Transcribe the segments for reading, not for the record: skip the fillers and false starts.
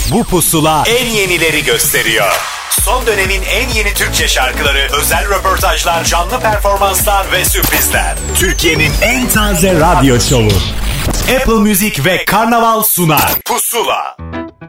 Bu pusula en yenileri gösteriyor. Son dönemin en yeni Türkçe şarkıları, özel röportajlar, canlı performanslar ve sürprizler. Türkiye'nin en taze radyo şovu. Apple Music ve Karnaval sunar. Pusula.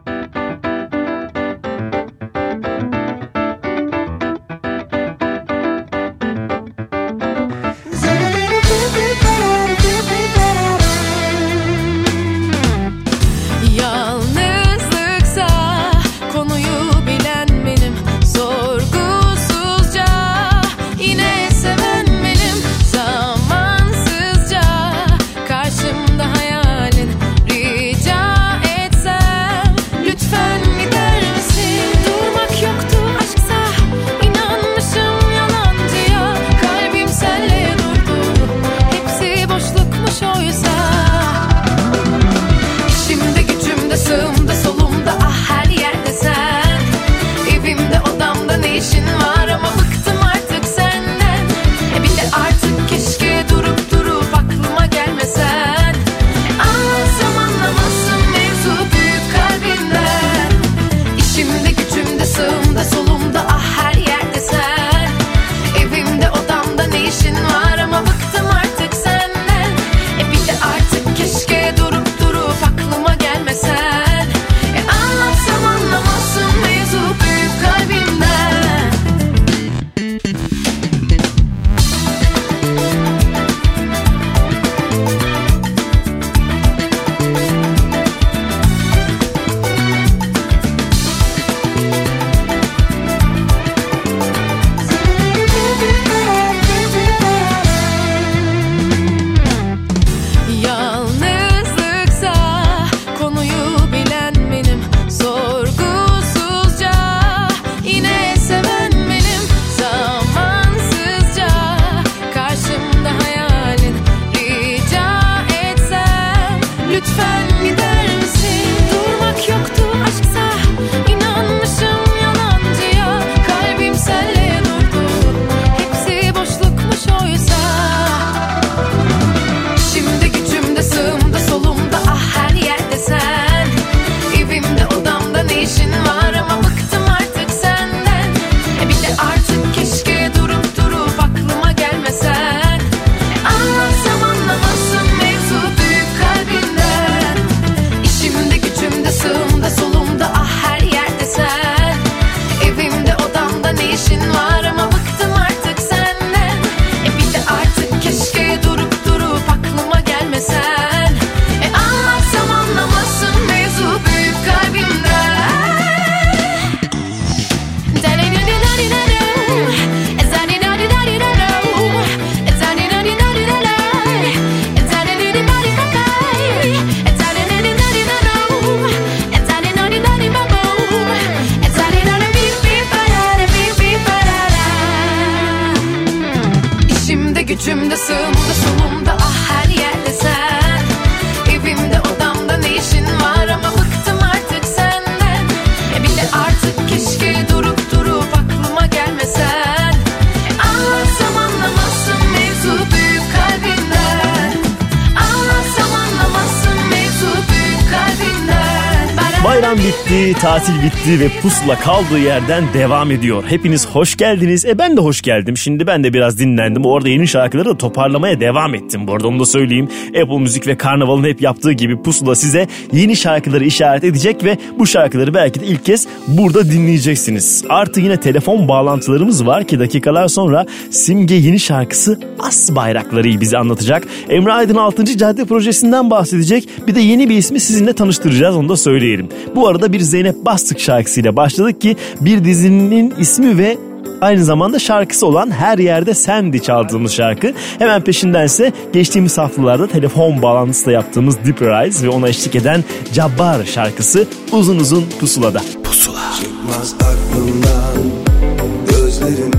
Gücümde, sığımda, solumda, ah her yerde sen. Evimde, odamda ne işin var ama bıktım artık senden. Bir de artık keşke durup aklıma gelmesen. Anlatsam anlamazsın mevzu büyük kalbinden. Anlatsam anlamazsın mevzu büyük kalbinden. Bayram bitti, tatil bitti ve pusula kaldığı yerden devam ediyor. Hepiniz hoş geldiniz. Ben de hoş geldim. Şimdi ben de biraz dinlendim. Orada yeni şarkıları da toparlamaya devam ettim. Bu arada onu da söyleyeyim. Apple Music ve Karnaval'ın hep yaptığı gibi pusula size yeni şarkıları işaret edecek ve bu şarkıları belki de ilk kez burada dinleyeceksiniz. Artı yine telefon bağlantılarımız var ki dakikalar sonra Simge yeni şarkısı As Bayrakları bize anlatacak. Emre Aydın 6. Cadde projesinden bahsedecek. Bir de yeni bir ismi sizinle tanıştıracağız, onu da söyleyelim. Bu arada bir Zeynep Bastık şarkısıyla başladık ki bir dizinin ismi ve aynı zamanda şarkısı olan Her Yerde Sendi çaldığımız şarkı. Hemen peşindense geçtiğimiz haftalarda telefon bağlantısı da yaptığımız Deeper Eyes ve ona eşlik eden Cabbar şarkısı uzun uzun pusulada. Pusula. Çıkmaz aklımdan gözlerin,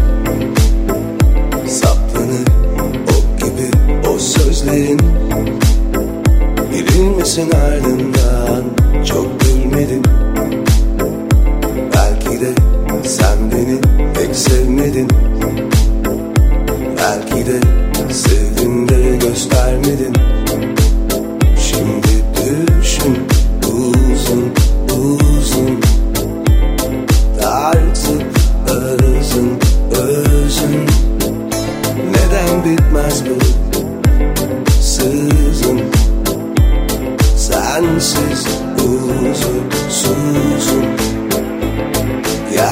saplanır ok gibi o sözlerin. Bilinmesin ardından çok gülmedim. Belki de sen beni pek sevmedin. Belki de sevdin de göstermedin. Şimdi düşün uzun uzun.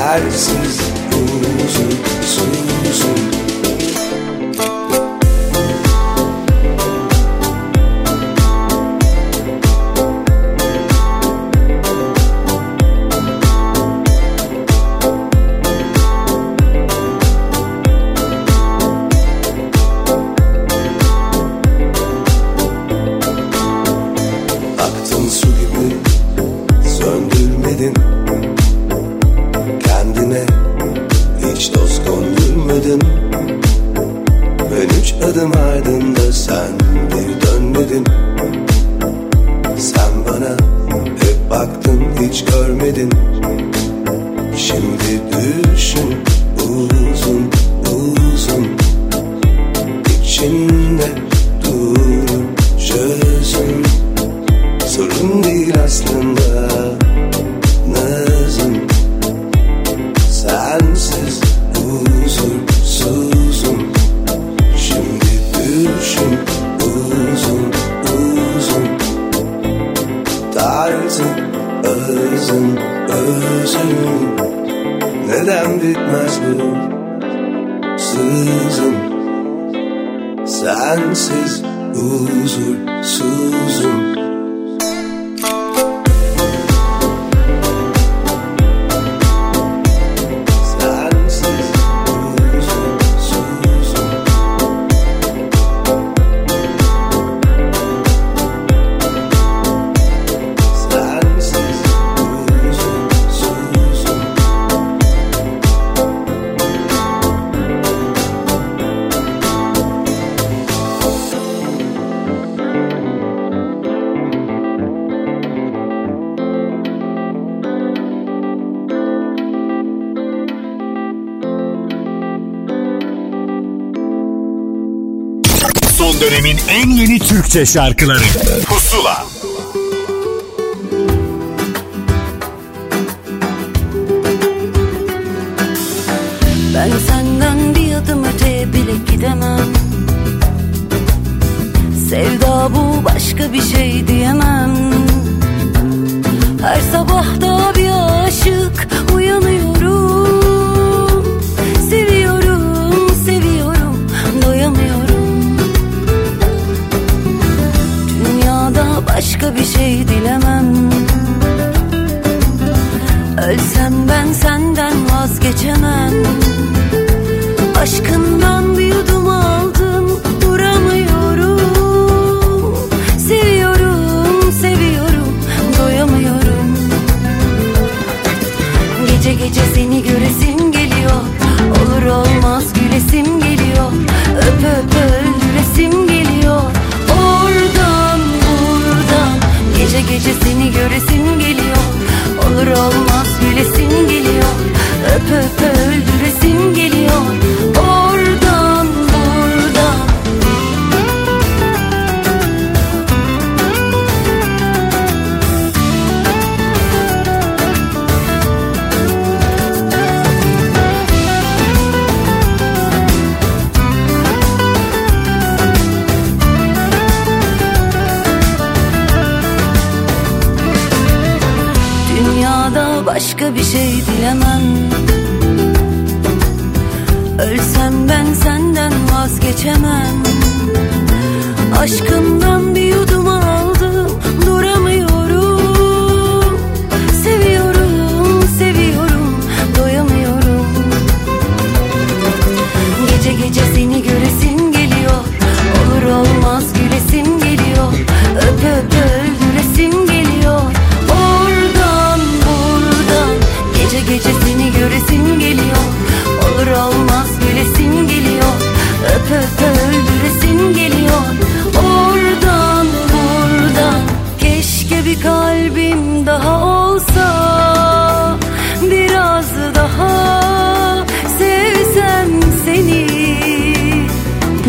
Yersiz huzursuzum. Aktın su gibi söndürmedin, kendine hiç dost kondurmadın. Ben 3 adım ardında sen bir dönmedin. Sen bana hep baktın hiç görmedin. Şimdi düşün uzun uzun, içinde dur çözüm. Sorun değil aslında nazım, sensiz huzursuzum. Şimdi düşün uzun uzun, tarzın özün özün. Neden bitmez bu sızım, sensiz huzursuzum. Son dönemin en yeni Türkçe şarkıları Pusula. Ben senden bir adım öteye bile gidemem. Sevda bu, başka bir şey diyemem. Her sabah da bir aşık uyanıyorum. Seviyorum, seviyorum, doyamıyorum. Dünyada başka bir şey dilemem. Ölsem ben senden vazgeçemem. Aşkından bir yudum aldım, duramıyorum. Seviyorum, seviyorum, doyamıyorum. Gece gece seni göresim geliyor. Olur olmaz gülesim geliyor. Öp öp öldüresim geliyor. Oradan buradan gece gece seni göresim geliyor. Olur olmaz gülesim geliyor. Öp öp öldüresim geliyor. Oradan buradan. Dünyada başka bir şey dilemem. Ölsem ben senden vazgeçemem. Aşkından bir yudum aldım, duramıyorum. Seviyorum, seviyorum, doyamıyorum. Gece gece seni göresim geliyor. Olur olmaz gülesim geliyor. Öp öp öldüresim geliyor. Oradan buradan gece gece seni göresim geliyor. Olur olmaz gülesim geliyor. Öp öp öldüresim geliyor. Oradan buradan.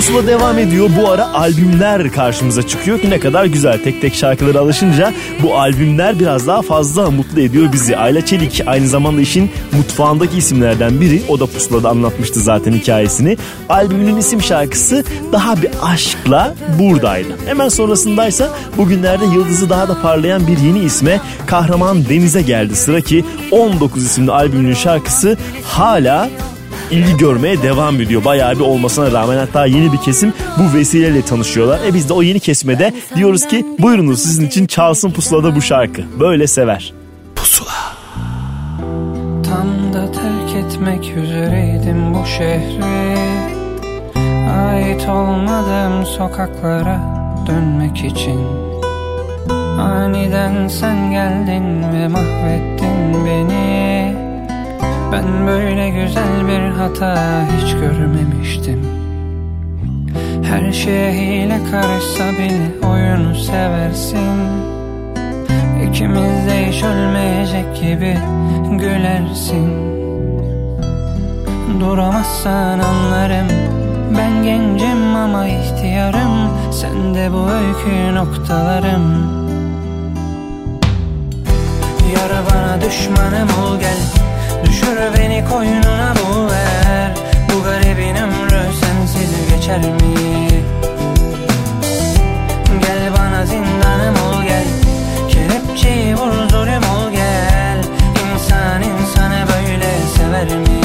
Pusula devam ediyor. Bu ara albümler karşımıza çıkıyor ki ne kadar güzel. Tek tek şarkılara alışınca bu albümler biraz daha fazla mutlu ediyor bizi. Ayla Çelik aynı zamanda işin mutfağındaki isimlerden biri. O da Pusula'da anlatmıştı zaten hikayesini. Albümünün isim şarkısı daha bir aşkla buradaydı. Hemen sonrasındaysa bugünlerde yıldızı daha da parlayan bir yeni isme Kahraman Deniz'e geldi sıra ki 19 isimli albümünün şarkısı hala ilgi görmeye devam ediyor. Bayağı bir olmasına rağmen, hatta yeni bir kesim bu vesileyle tanışıyorlar. Biz de o yeni kesmede diyoruz ki buyurunuz sizin için çalsın Pusula'da bu şarkı. Böyle sever. Pusula. Tam da terk etmek üzereydim bu şehri. Ait olmadığım sokaklara dönmek için. Aniden sen geldin ve mahvettin beni. Ben böyle güzel bir hata hiç görmemiştim. Her şeye hile karışsa bile oyunu seversin. İkimiz de hiç ölmeyecek gibi gülersin. Duramazsan anlarım. Ben gencim ama ihtiyarım. Sen de bu öykü noktalarım. Yar bana düşmanım ol gel. Düşür beni koynuna bul ver. Bu garibin ömrü sensiz geçer mi? Gel bana zindanım ol gel. Kelepçeyi vur zulüm ol gel. İnsan insanı böyle sever mi?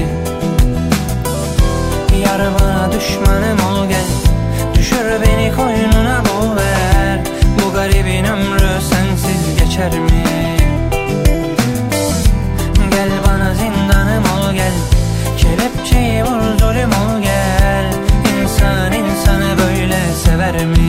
Yar bana düşmanım ol gel. Düşür beni koynuna bul ver. Bu garibin ömrü sensiz geçer mi? Gel bana zindanım ol gel. Kelepçeyi vur zulüm ol gel. İnsan insanı böyle sever mi?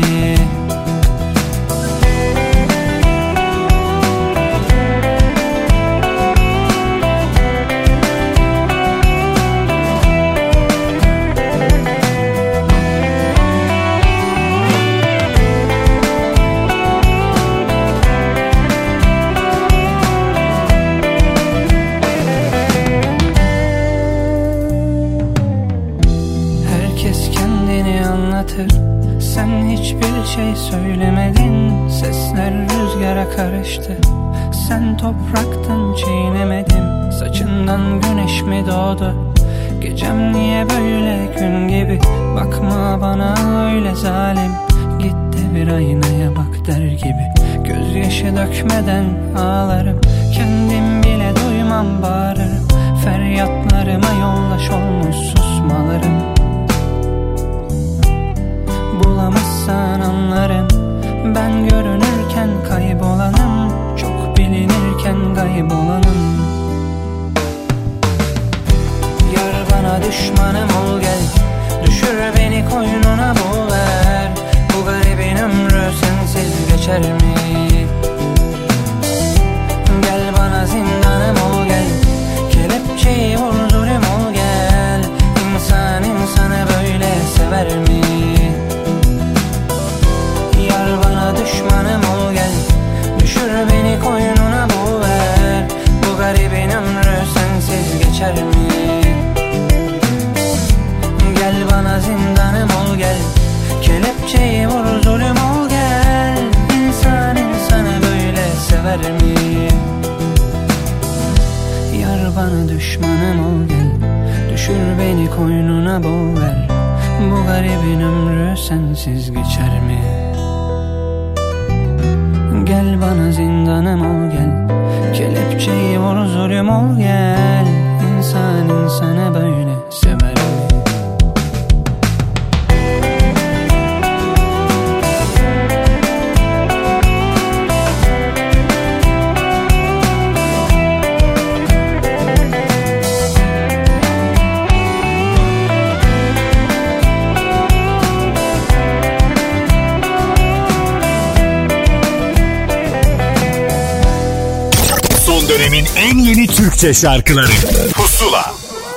Sen hiçbir şey söylemedin. Sesler rüzgara karıştı. Sen topraktın çiğnemedim. Saçından güneş mi doğdu? Gecem niye böyle gün gibi? Bakma bana öyle zalim. Git de bir aynaya bak der gibi. Gözyaşı dökmeden ağlarım. Kendim bile duymam bağırırım. Feryatlarıma yoldaş olmuş susmalarım. Bulamazsan anlarım. Ben görünürken kaybolanım. Çok bilinirken kaybolanım. Yar bana düşmanım ol gel. Düşür beni koynuna bul ver. Bu garibin ömrü sensiz geçer mi? Gel bana zindanım ol gel. Kelepçeyi vur zulüm ol gel. İnsan insanı böyle sever mi? Düşmanım ol gel. Düşür beni koynuna bul ver. Bu garibin ömrü sensiz geçer mi? Gel bana zindanım ol gel. Kelepçeyi vur zulüm ol gel. İnsan insanı böyle sever mi? Yar bana düşmanım ol gel. Düşür beni koynuna bul ver. Bu garibin ömrü sensiz geçer mi? Gel bana zindanım ol gel. Kelepçeyi vur zulüm ol gel. İnsan insanı böyle sever mi? Dönemin en yeni Türkçe şarkıları Pusula.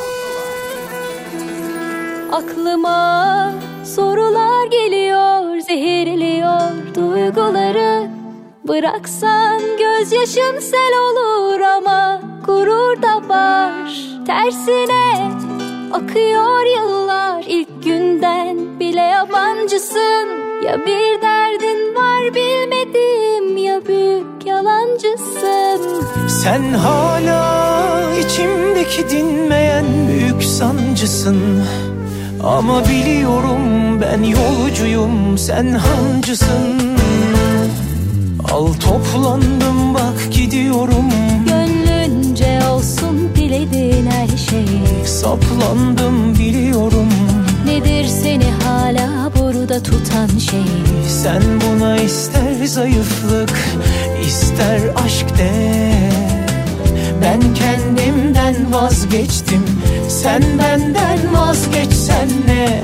Aklıma sorular geliyor, zehirliyor duyguları. Bıraksan gözyaşım sel olur ama gurur da var. Tersine akıyor yıllar ilk günden. bile yabancısın. Ya bir derdin var bilmediğim, ya büyük yalancısın. Sen hala içimdeki dinmeyen büyük sancısın. Ama biliyorum ben yolcuyum, sen hancısın. Al toplandım bak gidiyorum. Gönlünce olsun dilediğin her şey. Saplandım biliyorum. Nedir seni hala burada tutan şey? Sen buna ister zayıflık, ister aşk de. Ben kendimden vazgeçtim, sen benden vazgeçsen ne?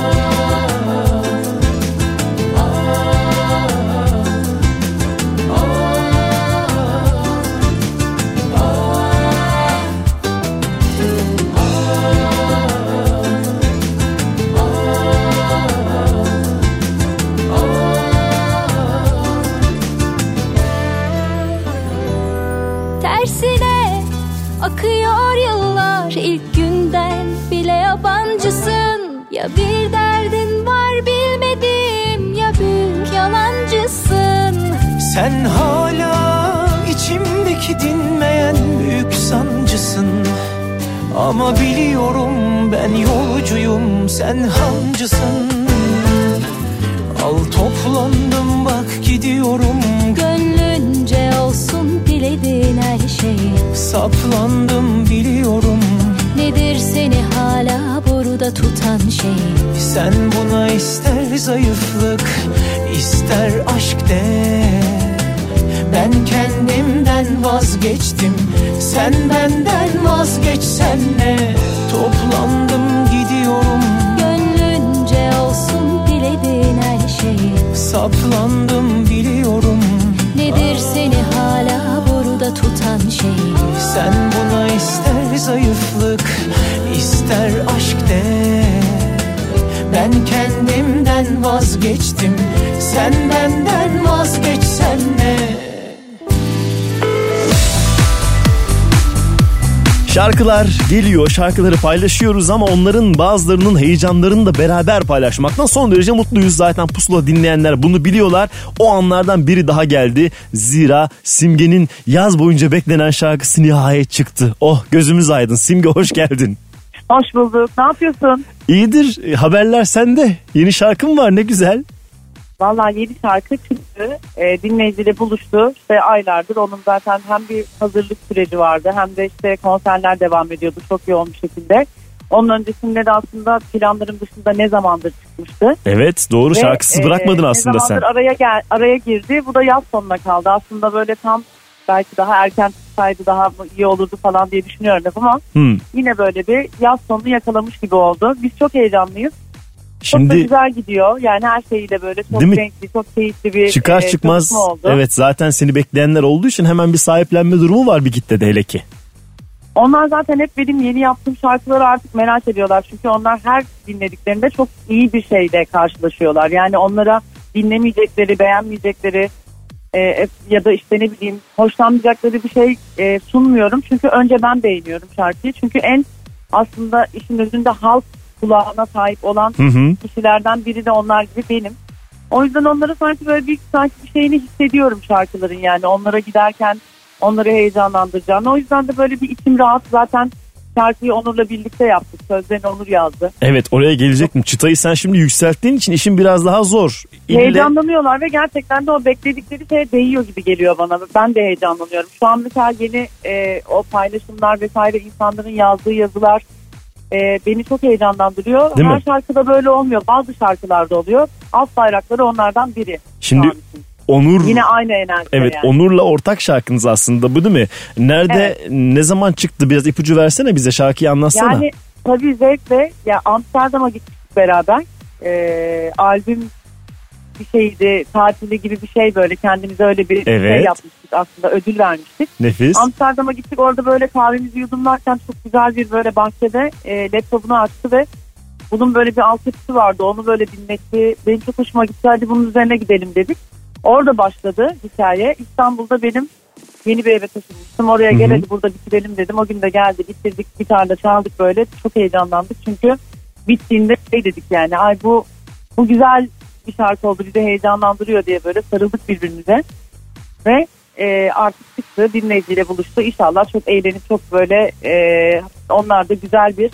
Tersine akıyor yıllar, ilk günden bile yabancısın. Ya bir derdin var bilmediğim, ya büyük yalancısın. Sen hala içimdeki dinmeyen büyük sancısın. Ama biliyorum ben yolcuyum, sen hancısın. Al toplandım bak gidiyorum. Gönlünce olsun dilediğin her şey. Saplandım biliyorum. Nedir seni hala burada tutan şey? Sen buna ister zayıflık, ister aşk de. Ben kendimden vazgeçtim, sen benden vazgeçsen ne? Toplandım gidiyorum. Gönlünce olsun dilediğin her şey. Saplandım biliyorum. Nedir seni hala burada tutan şey? Sen buna ister zayıflık, ister aşk de. Ben kendimden vazgeçtim, sen benden vazgeçsen ne? Şarkılar geliyor, şarkıları paylaşıyoruz ama onların bazılarının heyecanlarını da beraber paylaşmaktan son derece mutluyuz. Zaten Pusula dinleyenler bunu biliyorlar. O anlardan biri daha geldi. Zira Simge'nin yaz boyunca beklenen şarkısı nihayet çıktı. Oh, gözümüz aydın. Simge, hoş geldin. Hoş bulduk. Ne yapıyorsun? İyidir. Haberler sende. Yeni şarkın var, ne güzel. Vallahi yeni şarkı çıktı. Dinleyiciyle buluştu. İşte aylardır onun zaten hem bir hazırlık süreci vardı, hem de işte konserler devam ediyordu çok yoğun bir şekilde. Onun öncesinde de aslında planların dışında ne zamandır çıkmıştı. Evet, doğru. Ve, şarkısız bırakmadın aslında sen. Ne zamandır araya girdi. Bu da yaz sonuna kaldı. Aslında böyle tam belki daha erken çıksaydı daha iyi olurdu falan diye düşünüyorum ama yine böyle bir yaz sonunu yakalamış gibi oldu. Biz çok heyecanlıyız. Şimdi, çok da güzel gidiyor. Yani her şeyiyle böyle çok renkli, çok keyifli bir çıkar çıkmaz oldu. Evet, zaten seni bekleyenler olduğu için hemen bir sahiplenme durumu var bir kitlede hele ki. Onlar zaten hep benim yeni yaptığım şarkıları artık merak ediyorlar. Çünkü onlar her dinlediklerinde çok iyi bir şeyle karşılaşıyorlar. Yani onlara dinlemeyecekleri, beğenmeyecekleri ya da işte ne bileyim hoşlanmayacakları bir şey sunmuyorum. Çünkü önce ben beğeniyorum şarkıyı. Çünkü en aslında işin özünde halk kulağına sahip olan kişilerden biri de onlar gibi benim. O yüzden onlara sanki böyle bir şeyini hissediyorum şarkıların, yani onlara giderken onları heyecanlandıracağını. O yüzden de böyle bir içim rahat. Zaten şarkıyı Onur'la birlikte yaptık. Sözlerini Onur yazdı. Evet, oraya gelecektim. Çıtayı sen şimdi yükselttiğin için işin biraz daha zor. Heyecanlanıyorlar ve gerçekten de o bekledikleri şeye değiyor gibi geliyor bana. Ben de heyecanlanıyorum. Şu an mesela yeni o paylaşımlar vesaire, insanların yazdığı yazılar beni çok heyecanlandırıyor. Değil Her mi? şarkıda böyle olmuyor. Bazı şarkılarda oluyor. Alt bayrakları onlardan biri. Şimdi Onur, yine aynı enerji. Evet, yani. Onur'la ortak şarkınız aslında bu, değil mi? Nerede, ne zaman çıktı? Biraz ipucu versene bize, şarkıyı anlatsana. Yani tabii zevkle ya, Amsterdam'a gittik beraber. Albüm bir şeydi, tatili gibi bir şey, böyle kendimize öyle bir şey yapmıştık aslında, ödül vermiştik. Nefis. Amsterdam'a gittik, orada böyle kahvemizi yudumlarken çok güzel bir böyle bahçede laptopunu açtı ve bunun böyle bir altyapısı vardı, onu böyle dinletti. Benim çok hoşuma gitti, hadi bunun üzerine gidelim dedik. Orada başladı hikaye. İstanbul'da benim yeni bir eve taşınmıştım. Oraya gel hadi burada bitirelim dedim. O gün de geldi, bitirdik, gitarla çaldık böyle. Çok heyecanlandık çünkü bittiğinde şey dedik yani, ay bu bu güzel bir şarkı oldu, bizi heyecanlandırıyor diye böyle sarıldık birbirimize. Ve artık çıktı, dinleyiciyle buluştu. İnşallah çok eğlenip çok böyle onlar da güzel bir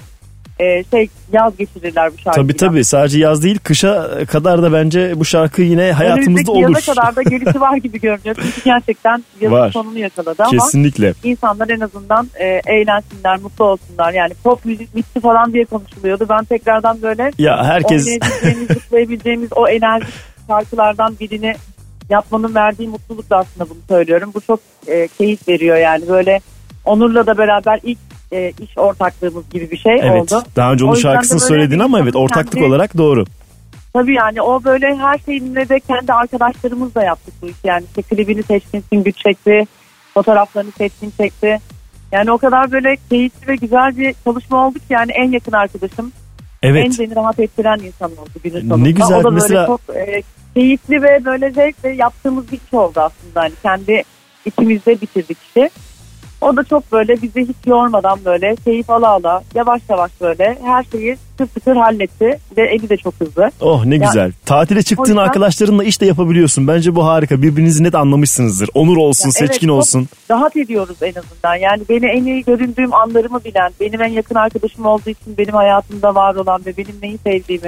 yaz geçirirler bu şarkıyla. Tabii sadece yaz değil, kışa kadar da bence bu şarkı yine hayatımızda olur. Yaza kadar da gelişi var gibi görünüyor. Çünkü gerçekten yazın sonunu yakaladı ama kesinlikle. İnsanlar en azından eğlensinler, mutlu olsunlar. Yani pop müzik bitti falan diye konuşuluyordu. Ben tekrardan böyle oynayabileceğimiz, zıplayabileceğimiz o enerji şarkılardan birini yapmanın verdiği mutlulukla aslında bunu söylüyorum. Bu çok keyif veriyor yani. Böyle Onur'la da beraber ilk iş ortaklığımız gibi bir şey oldu. Daha önce onun şarkısını söyledin ama evet, ortaklık olarak doğru. Tabii yani o böyle her şeyinle de kendi arkadaşlarımızla yaptık bu işi. Yani işte klibini seçtin, güç çekti, fotoğraflarını seçtin, çekti. Yani o kadar böyle keyifli ve güzel bir çalışma oldu ki yani en yakın arkadaşım. Evet. En beni rahat ettiren insan oldu günün sonunda. Ne güzel. O da mesela... böyle çok keyifli ve böyle zevkle yaptığımız bir iş oldu aslında. Hani kendi içimizde bitirdik işi. O da çok böyle bizi hiç yormadan böyle keyif ala yavaş yavaş böyle her şeyi tıkır halletti ve eli de çok hızlı. Oh ne güzel. Tatile çıktığın yüzden... arkadaşlarınla iş de yapabiliyorsun. Bence bu harika. Birbirinizi net anlamışsınızdır. Onur olsun, Seçkin olsun. Rahat ediyoruz en azından. Yani beni en iyi göründüğüm anlarımı bilen, benim en yakın arkadaşım olduğu için benim hayatımda var olan ve benim neyi sevdiğimi,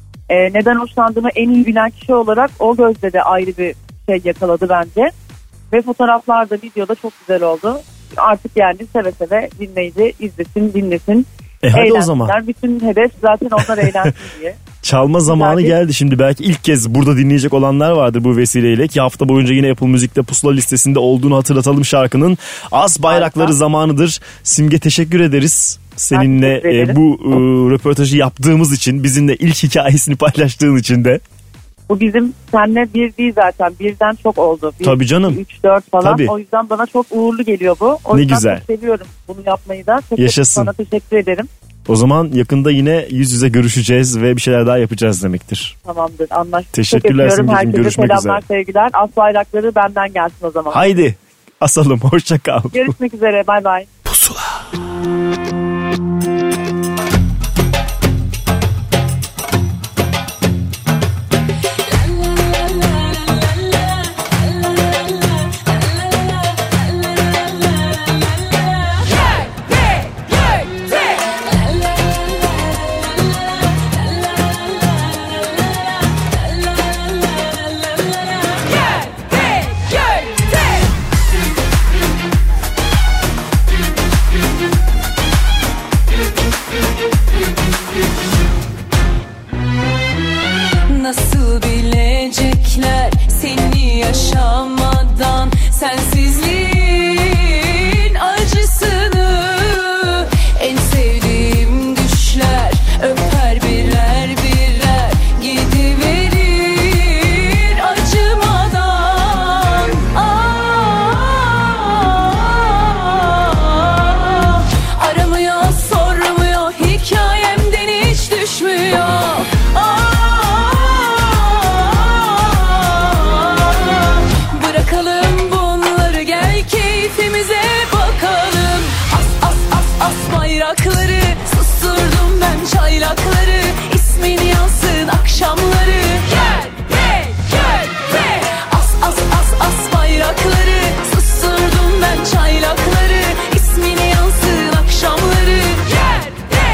neden hoşlandığımı en iyi bilen kişi olarak o gözle de ayrı bir şey yakaladı bence. Ve fotoğraflarda, videoda çok güzel oldu. Artık yani seve seve dinleyici izlesin, dinlesin. Hadi o zaman. Bütün hedef zaten onlar eğlensin diye. Çalma zamanı geldi şimdi. Belki ilk kez burada dinleyecek olanlar vardır bu vesileyle. Ki hafta boyunca yine Apple Müzik'te Pusula listesinde olduğunu hatırlatalım şarkının. Az bayrakları zamanıdır. Simge teşekkür ederiz. Seninle bu röportajı yaptığımız için, bizimle ilk hikayesini paylaştığın için de. Bu bizim seninle bir değil zaten. Birden çok oldu. Tabii canım. 3-4 falan. Tabii. O yüzden bana çok uğurlu geliyor bu. O yüzden güzel. Çok seviyorum bunu yapmayı da. Yaşasın. Sana teşekkür ederim. O zaman yakında yine yüz yüze görüşeceğiz ve bir şeyler daha yapacağız demektir. Tamamdır, anlaştık. Teşekkürler Simge'cim, görüşmek üzere. Selamlar, sevgiler. As bayrakları benden gelsin o zaman. Haydi asalım, hoşça kal. Görüşmek üzere, bay bay. Pusula. Nasıl bilecekler seni yaşamadan, sensizliğin acısını. En sevdiğim düşler öper birer birer, gidiverir acımadan. Aramıyor, sormuyor, hikayemden hiç düşmüyor. Bırakalım bunları, gel keyfimize bakalım. As bayrakları, susturdum ben çaylakları. İsmini yansın akşamları. Gel as bayrakları, susturdum ben çaylakları. İsmini yansın akşamları. Gel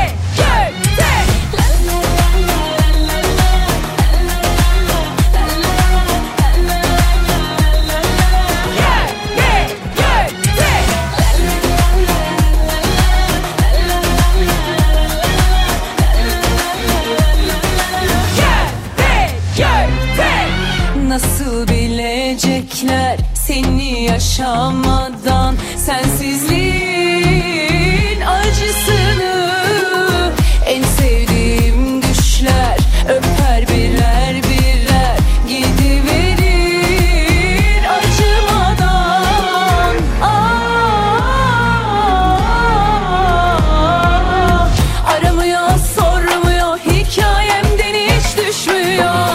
Nasıl bilecekler seni yaşamadan, sensizliğin acısını. En sevdiğim düşler öper birer birer, gidiverir acımadan. Aramıyor, sormuyor, hikayemden hiç düşmüyor.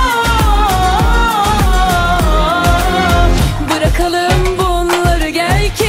Bırakalım bunları, gel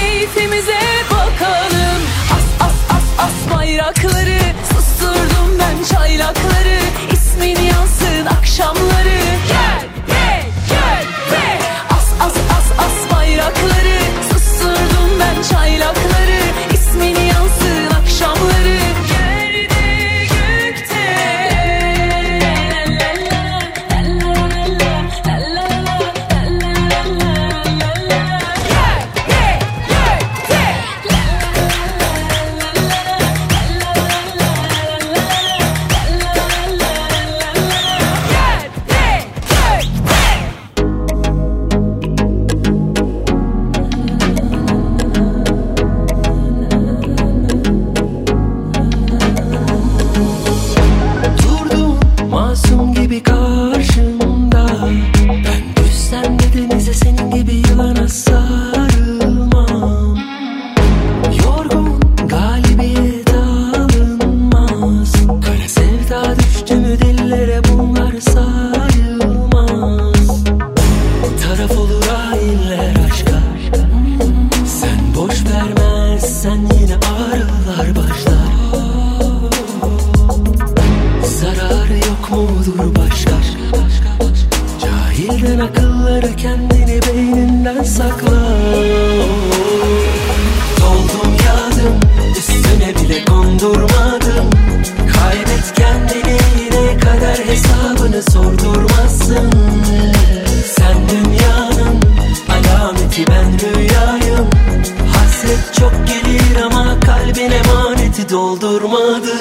Hasret çok gelir ama kalbin emaneti doldurmadı.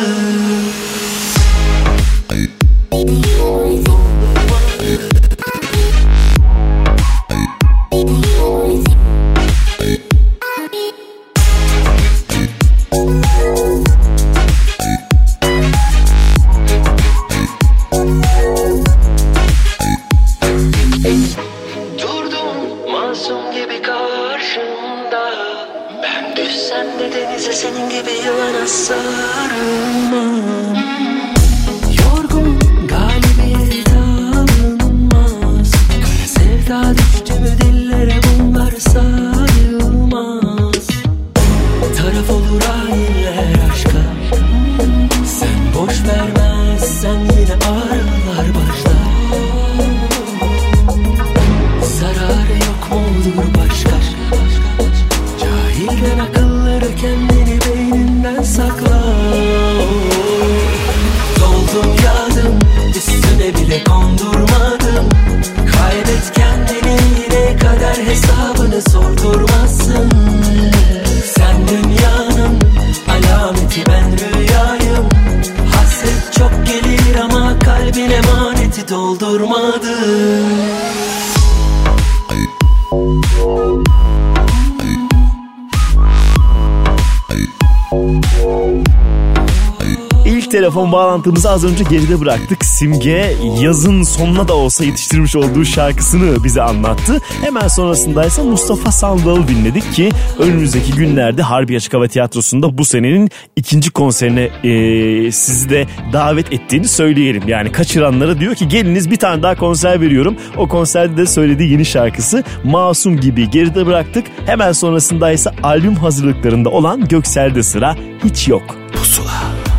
Telefon bağlantımızı az önce geride bıraktık. Simge yazın sonuna da olsa yetiştirmiş olduğu şarkısını bize anlattı. Hemen sonrasındaysa Mustafa Sandal'ı dinledik ki önümüzdeki günlerde Harbiye Açık Hava Tiyatrosu'nda bu senenin 2. konserine sizi de davet ettiğini söyleyelim. Yani kaçıranlara diyor ki geliniz bir tane daha konser veriyorum. O konserde de söylediği yeni şarkısı Masum Gibi geride bıraktık. Hemen sonrasındaysa albüm hazırlıklarında olan Göksel'de sıra Hiç Yok. Pusula.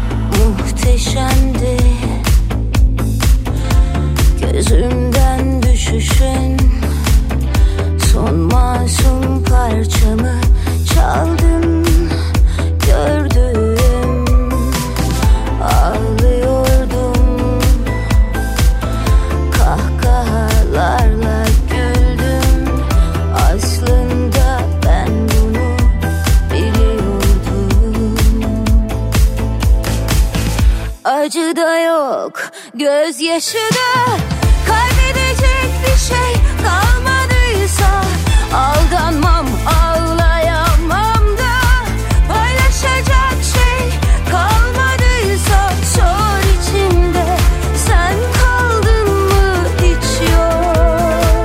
Muhteşemdi gözümden düşüşün, son masum parçamı çaldın, gördüm, ağlıyordum, kahkahalarla güldüm, aslında ben bunu biliyordum. Acı da yok, gözyaşı da, kaybedecek bir şey kalmadıysa aldanmam, ağlayamam da, paylaşacak şey kalmadıysa sor içimde sen kaldın mı hiç yok.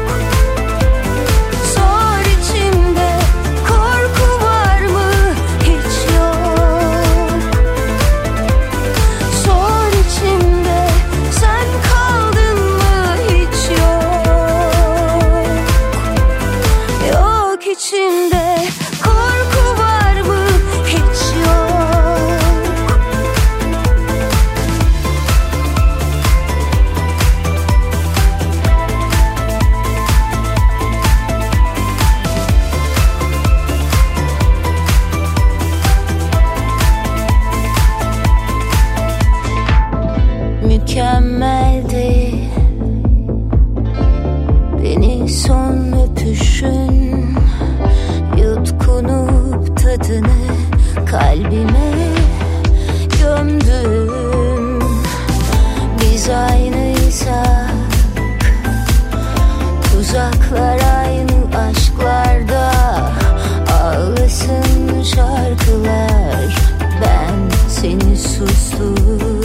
Sor içimde korku var mı hiç yok. Sor içimde sen kaldın mı hiç yok. Yok içimde korku var mı hiç yok. Mükemmeldi beni son öpüşün, yutkunup tadını kalbime gömdüm. Biz aynıysak tuzaklar aynı aşklarda, ağlasın şarkılar ben seni sustum.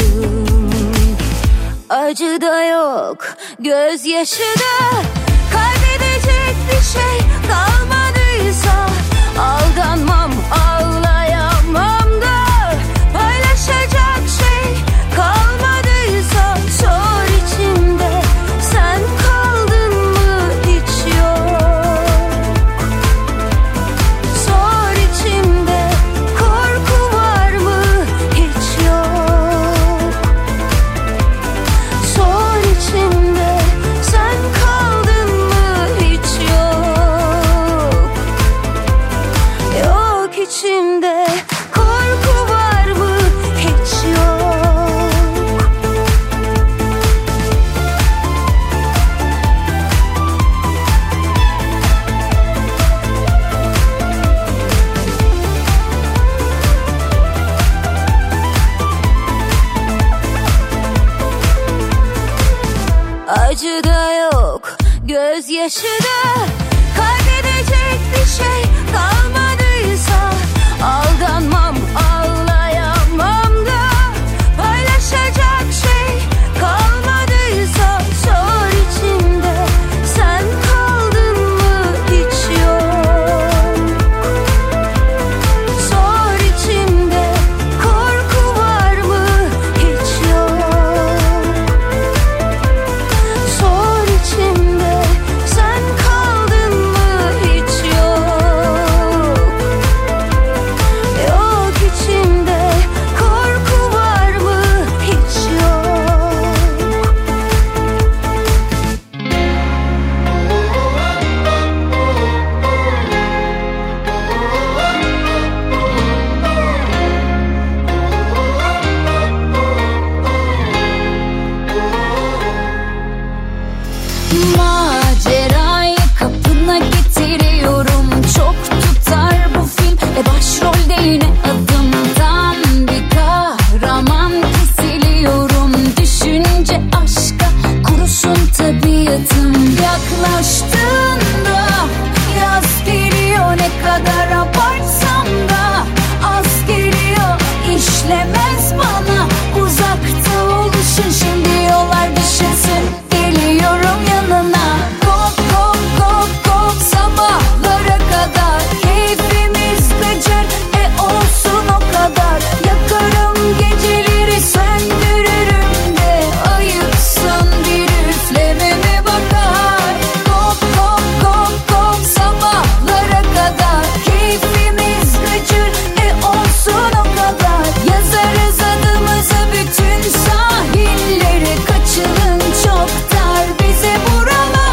Acı da yok, gözyaşı da, kaybedecek bir şey kalmadıysa aldanmam, ağlayamam da, paylaşacak şey kalmadıysa sor içimde sen kaldın mı hiç yok. Sor içimde korku var mı hiç yok. Sor içimde sen kaldın mı hiç yok. Yok içimde korku var mı hiç yok. gözyaşı da kaybedecek bir şey kalmadıysa aldanmam, ağlayamam da paylaşacak şey kalmadıysa sor içimde sen kaldın mı hiç yok. Sor içimde korku var mı hiç yok. Sor içimde sen kaldın mı hiç yok. Yok içimde korku var mı hiç yok. Macerayı kapına getiriyorum. Çok tutar bu film. Başrolde yine adımdan bir kahraman kesiliyorum. Düşünce aşka kurusun tabiatım. Yaklaştığında yaz geliyor, ne kadar abartsam da az geliyor. İşlemez bana uzakta oluşun, şimdi yollar düşünsün. Geliyorum yanına. Kop kop kop kop sabahlara kadar keyfimiz gıcır, olsun o kadar. Yakarım geceleri söndürürüm de ayıpsın bir üflememe bakar. Kop kop kop kop sabahlara kadar keyfimiz gıcır, olsun o kadar. Yazarız adımızı bütün sahillere, kaçılın çok dar bize buralar.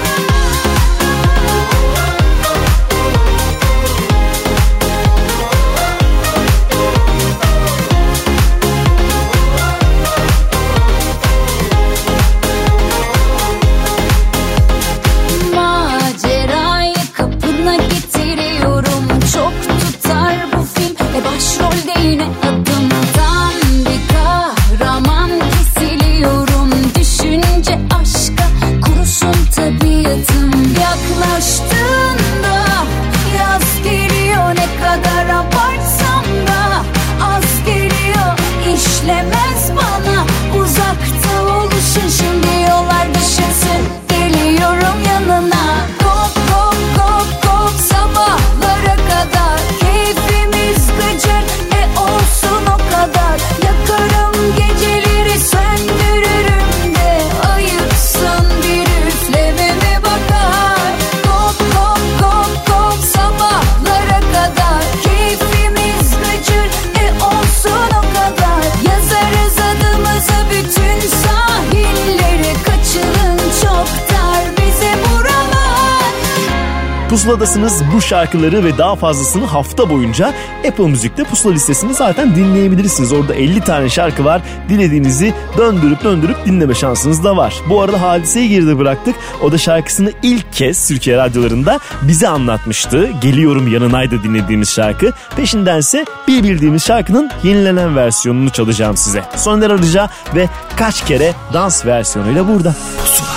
Macerayı kapına getiriyorum. Çok tutar bu film. Başrolde yine adımdan bir kahraman kesiliyorum. Düşünce aşka kurusun tabiatım. Yaklaştığında yaz geliyor, ne kadar abartsam da az geliyor. İşlemez bana uzakta oluşun, şimdi yollar düşünsün. Geliyorum yanına. Kop kop kop kop sabahlara kadar keyfimiz gıcır, olsun o kadar. Yakarım geceleri söndürürüm de ayıpsın bir üflememe bakar. Kop kop kop kop sabahlara kadar keyfimiz gıcır, olsun o kadar. Yazarız adımızı bütün sahillere, kaçılın çok dar bize buralar. Pusuladasınız. Bu şarkıları ve daha fazlasını hafta boyunca Apple Müzik'te Pusula listesini zaten dinleyebilirsiniz. Orada 50 tane şarkı var. Dilediğinizi döndürüp dinleme şansınız da var. Bu arada Hadise'yi geride bıraktık. O da şarkısını ilk kez Türkiye radyolarında bize anlatmıştı. Geliyorum yanınaydı dinlediğimiz şarkı. Peşindense bir bildiğimiz şarkının yenilenen versiyonunu çalacağım size. Soner Arıca ve Kaç Kere dans versiyonuyla burada. Pusula.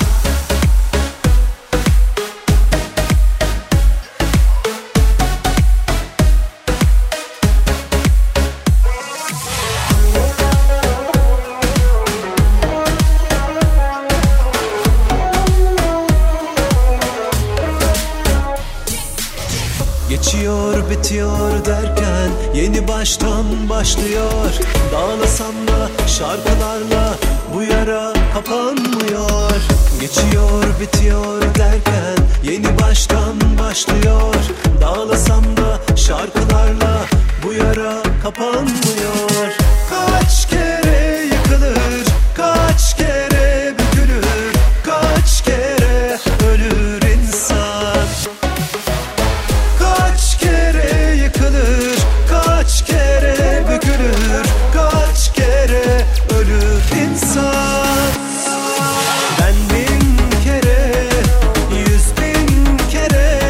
Geçiyor bitiyor derken yeni baştan başlıyor. Dağlasam da şarkılarla bu yara kapanmıyor. Geçiyor bitiyor derken yeni baştan başlıyor. Dağlasam da şarkılarla bu yara kapanmıyor. Kaç kere yıkılır, kaç kere bükülür, kaç kere ölür insan. Kaç kere yıkılır, kaç kere bükülür, kaç kere ölür insan. Ben 1000 kere, 100.000 kere,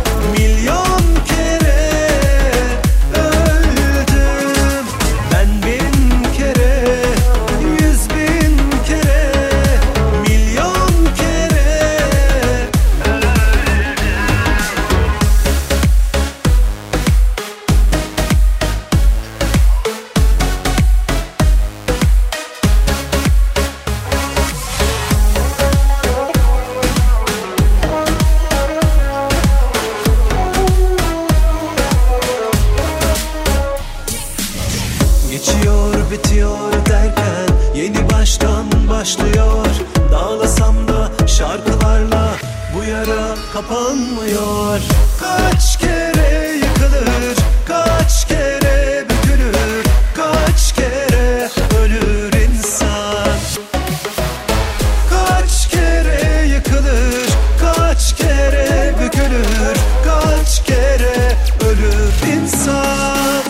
milyon kere öldüm. Ben bitiyor derken yeni baştan başlıyor. Dağlasam da şarkılarla bu yara kapanmıyor. Kaç kere yıkılır, kaç kere bükülür, kaç kere ölür insan. Kaç kere yıkılır, kaç kere bükülür, kaç kere ölür insan.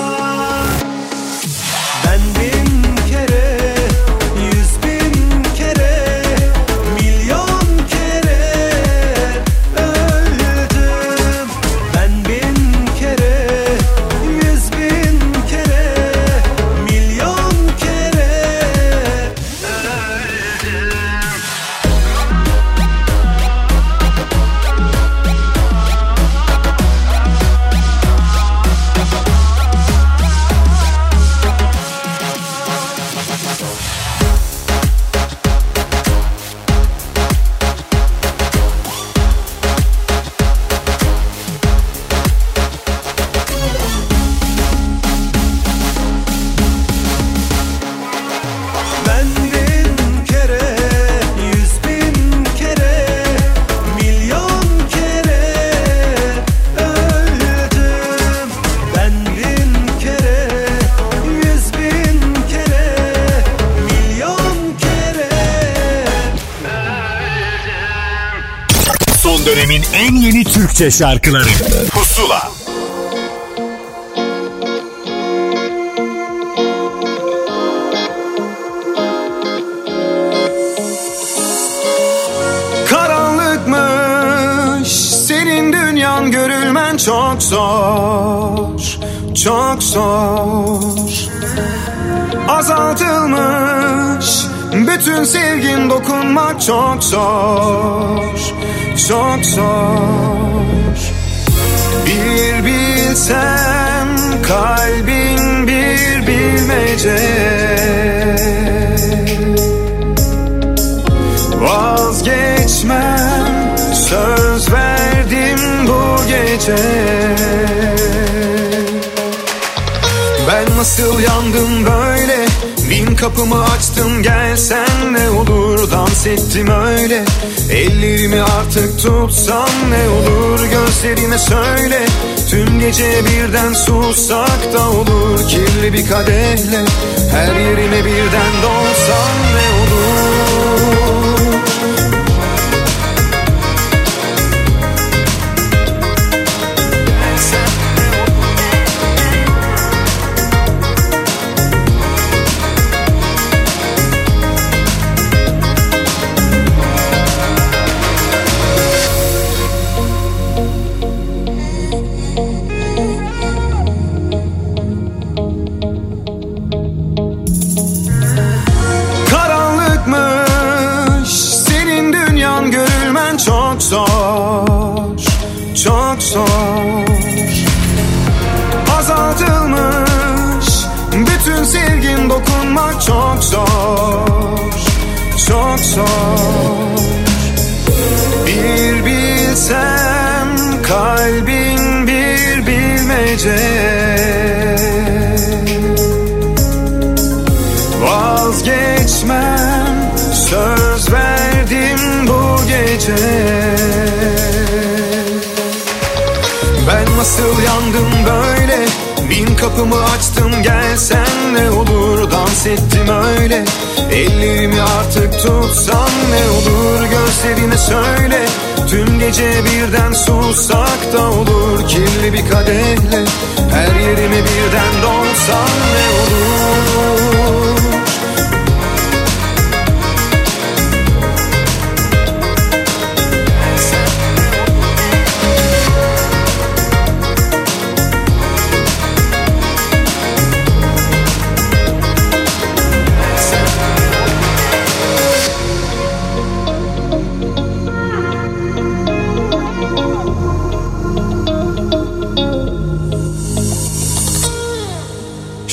Ben bin kere, 100.000 kere, milyon kere öldüm. Ben bin kere, 100.000 kere, milyon kere öldüm. Ben bin kere, 100.000 kere, milyon kere öldüm. Ben bin kere, 100.000 kere, milyon kere Son dönemin en yeni Türkçe şarkıları Pusula. Karanlıkmış senin dünyan, görülmen çok zor, çok zor. Azaltılmış bütün sevgin, dokunmak çok zor, çok zor. Bir bilsem kalbin bir bilmece, vazgeçmem, söz verdim bu gece. Ben nasıl yandım böyle, bin kapımı açtım gelsen ne olur. Dans ettim öyle, ellerimi artık tutsan ne olur. Gözlerime söyle, tüm gece birden sussak da olur. Kirli bir kadehle her yerime birden dolsan ne olur. Karanlıkmış senin dünyan, görülmen çok zor, çok zor. Azaltılmış bütün sevgin, dokunmak çok zor, çok zor. Bir bilsem kalbin bir bilmece, vazgeçmem, söz verdim bu gece. Ben nasıl yandım böyle, bin kapımı açtım gelsen ne olur. Dans ettim öyle, ellerimi artık tutsan ne olur. Gözlerime söyle, tüm gece birden sussak da olur. Kirli bir kadehle her yerime birden dolsan ne olur.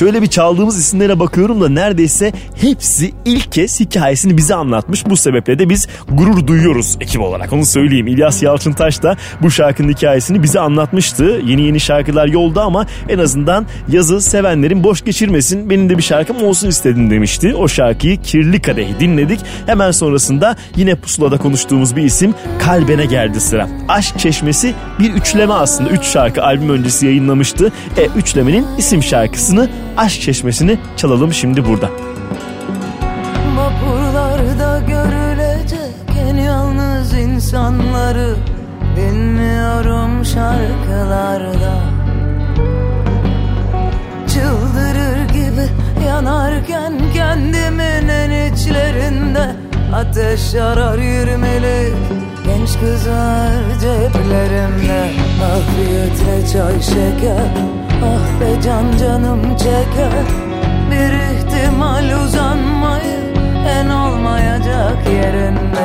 Şöyle bir çaldığımız isimlere bakıyorum da neredeyse hepsi ilk kez hikayesini bize anlatmış. Bu sebeple de biz gurur duyuyoruz ekip olarak. Onu söyleyeyim. İlyas Yalçıntaş da bu şarkının hikayesini bize anlatmıştı. Yeni şarkılar yolda ama en azından yazı sevenlerin boş geçirmesin. Benim de bir şarkım olsun istedim demişti. O şarkıyı Kirli Kadeh dinledik. Hemen sonrasında yine Pusula'da konuştuğumuz bir isim Kalbene geldi sıra. Aşk Çeşmesi bir üçleme aslında. 3 şarkı albüm öncesi yayınlamıştı. Üçlemenin isim şarkısını Aşk Çeşmesi'ni çalalım şimdi burada. Vapurlarda görülecek en yalnız insanları dinliyorum şarkılarda. Çıldırır gibi yanarken kendimin en içlerinde ateş yarar 20'lik genç kızlar ceplerimde. Afiyetle çay şeker, ah be canım çeker. Bir ihtimal uzanmayı en olmayacak yerinde.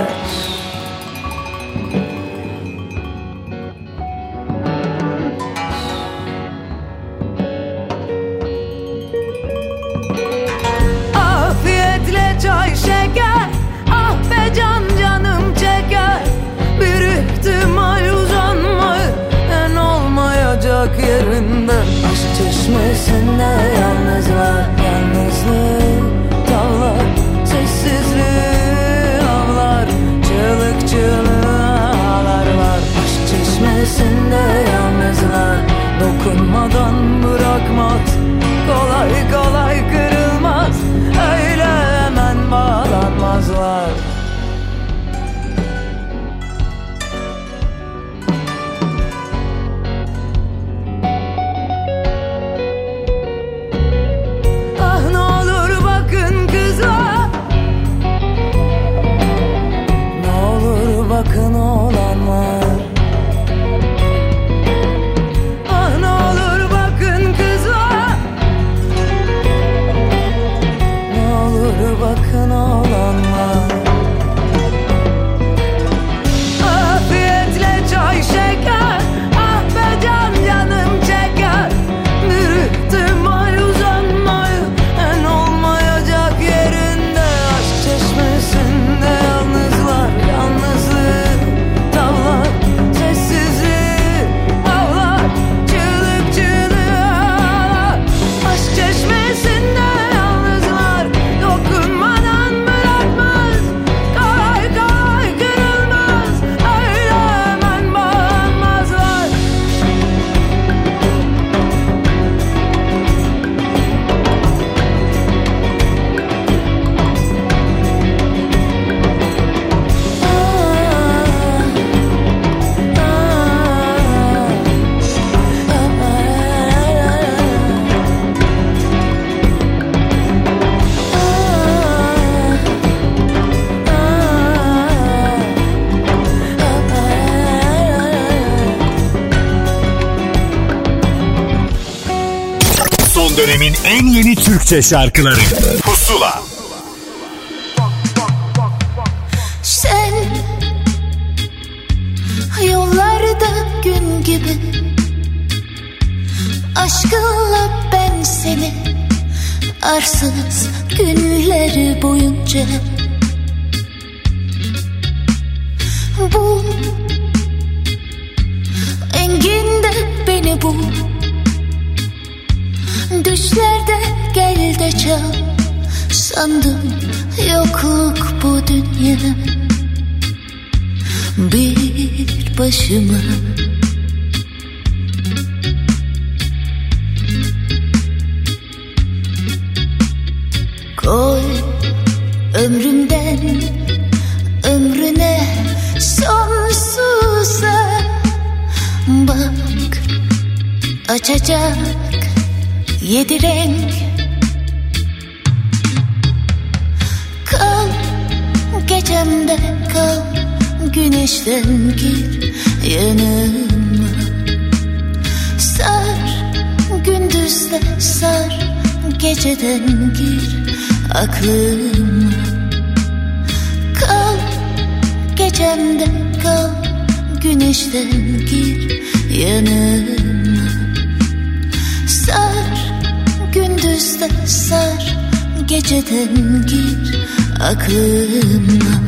Afiyetle çay şeker, ah be canım çeker. Bir ihtimal uzanmayı en olmayacak yerinde. Aşk çeşmesinde yalnızlar, yalnızlık tavlar, sessizliği avlar, çığlık çığlığa ağlarlar. Aşk çeşmesinde yalnızlar, dokunmadan bırakmaz, kolay kolay kırılmaz, öyle hemen bağlanmazlar. Bakın olanlar, ah ne olur bakın kızlar, ne olur bakın olanlar. Afiyetle çay şeker, ah be canım çeker. Bir ihtimal uzanmayı en olmayacak yerinde. Aşk çeşmesinde yalnızlar, yalnızlık tavlar, sessizliği avlar, çığlık çığlığa ağlar. Aşk çeşmesinde yalnızlar, dokunmadan bırakmaz, kolay kolay kırılmaz, öyle hemen bağlanmazlar. Son dönemin en yeni Türkçe şarkıları Pusula. Sen yollarda gün gibi, aşkınla ben seni arsız günleri boyunca. Bu enginde beni bul, düşlerde gel de çal. Sandım yokluk bu dünya, bir başıma. Koy ömrümden ömrüne sonsuza, bak açacak 7 renk. Kal gecemde, kal güneşten gir yanıma. Sar gündüzde, sar geceden gir aklıma. Kal gecemde, kal güneşten gir yanıma. Sar gündüz bu geceden gir aklıma.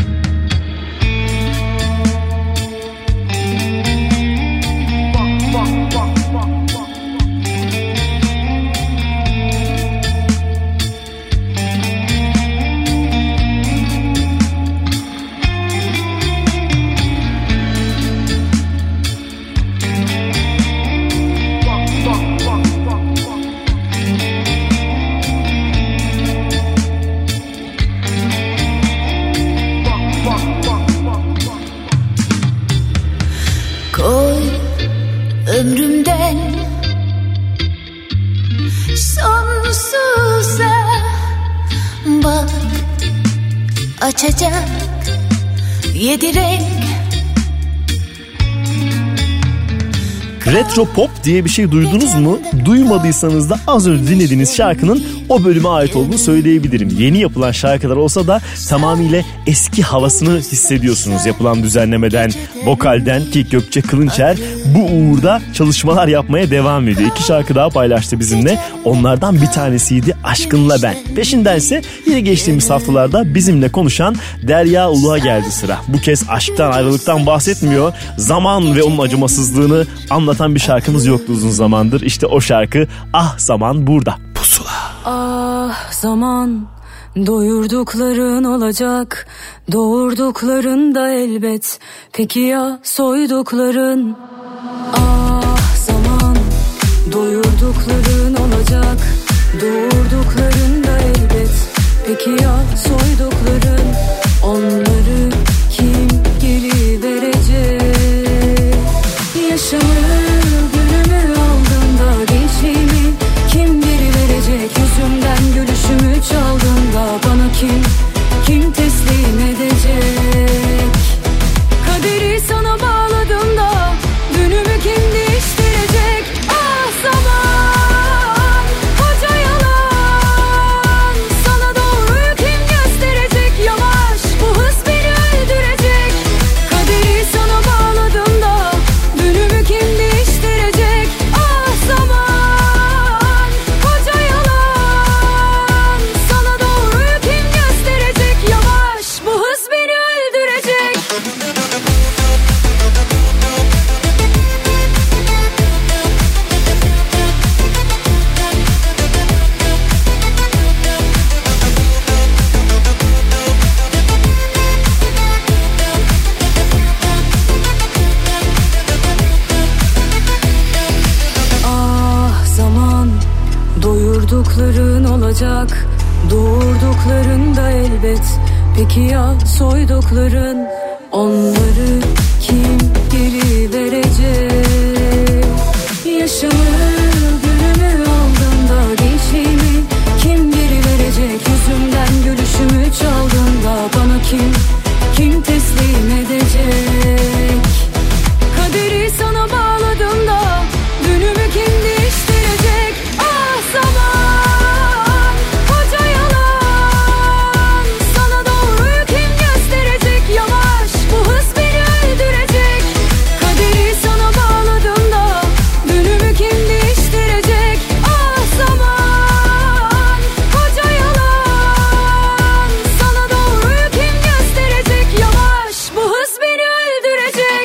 Ömrümden sonsuza bak, açacak 7 renk. Retro pop diye bir şey duydunuz mu? Duymadıysanız da az önce dinlediğiniz şarkının o bölüme ait olduğunu söyleyebilirim. Yeni yapılan şarkılar olsa da tamamıyla eski havasını hissediyorsunuz. Yapılan düzenlemeden, vokalden ki Gökçe Kılınçer bu uğurda çalışmalar yapmaya devam ediyor. 2 şarkı daha paylaştı bizimle. Onlardan bir tanesiydi Aşkınla Ben. Peşindense yine geçtiğimiz haftalarda bizimle konuşan Derya Uluğa geldi sıra. Bu kez aşktan, ayrılıktan bahsetmiyor. Zaman ve onun acımasızlığını anlatan bir şarkımız yoktu uzun zamandır. İşte o şarkı Ah Zaman burada. Pusula. Ah zaman, doyurdukların olacak, doğurdukların da elbet. Peki ya soydukların? Ah zaman, doyurdukların olacak, doğurdukların da elbet. Peki ya soydukların? Onları kim geri verecek? Yaşamı, günümü aldığında gençliğimi kim geri verecek? Yüzümden gülüşümü çaldığında bana kim teslim edecek? Kaderi sana bağladığımda dünümü kim değiştirecek? Ah zaman, koca yalan, sana doğruyu kim gösterecek? Yavaş, bu hız beni öldürecek. Kaderi sana bağladığımda dünümü kim değiştirecek? Ah zaman, koca yalan, sana doğruyu kim gösterecek? Yavaş, bu hız beni öldürecek. Ah zaman, doyurdukların olacak, doğurdukların da elbet. Peki ya soydukların? Onları kim geri verecek? Yaşamı, günümü aldığında gençliğimi kim geri verecek? Yüzümden gülüşümü çaldığında bana kim teslim edecek? Kaderi sana bağladığımda dünümü kim değiştirecek? Ah zaman, koca yalan, sana doğruyu kim gösterecek? Yavaş, bu hız beni öldürecek. Kaderi sana bağladığımda dünümü kim değiştirecek? Ah zaman, koca yalan, sana doğruyu kim gösterecek? Yavaş, bu hız beni öldürecek.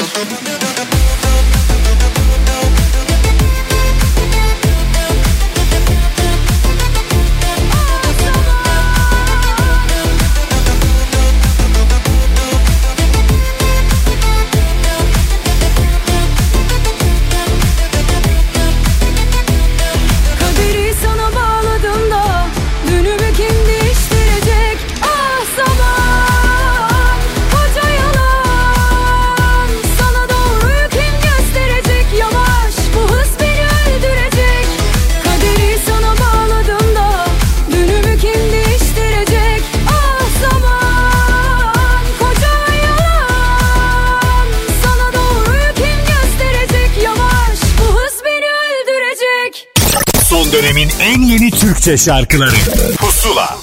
Kaderi sana bağladığımda dünümü kim değiştirecek? Ah zaman, koca yalan, sana doğruyu kim gösterecek? Yavaş, bu hız beni öldürecek. Kaderi sana bağladığımda dünümü kim değiştirecek? Ah zaman, koca yalan, sana doğruyu kim gösterecek? Yavaş, bu hız beni öldürecek. Son dönemin en yeni Türkçe şarkıları Pusula.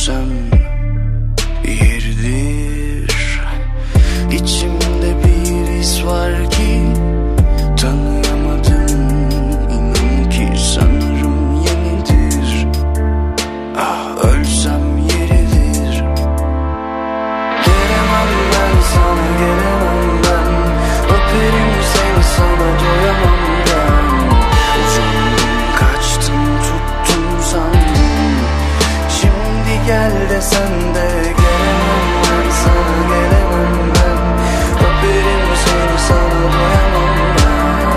ölsem yeridir. İçimde bir his var ki tanıyamadım, inan ki sanırım yenidir. Ah ölsem yeridir. Gelemem ben sana, gelemem ben, öperim seni sana doyamam ben. Uzandım kaçtım tuttum sandım, şimdi gel desen de gelemem ben sana, gelemem ben, öperim seni sana doyamam ben.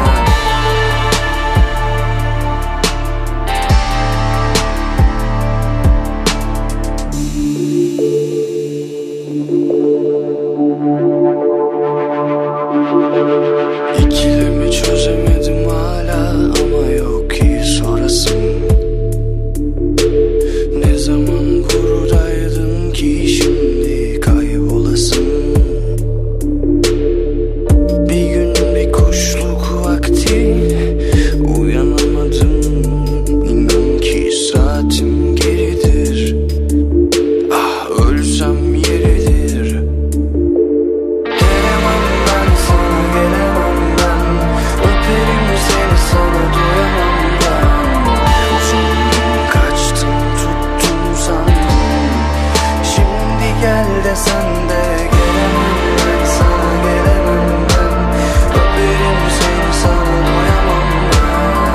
İkilemi çözemedim hala ama yok ki sorasım. Ne zaman gurudaydın ki şimdi kaybolasın. Bir gün bir kuşluk vakti uyanamadım, inan ki saatim geridir. Ah ölsem yeridir. Gelemem ben sana, gelemem ben, öperim seni sana doyamam ben. Uzandım kaçtım tuttum sandım, şimdi gel desen de gelemem ben sana, gelemem ben, öperim seni sana doyamam ben.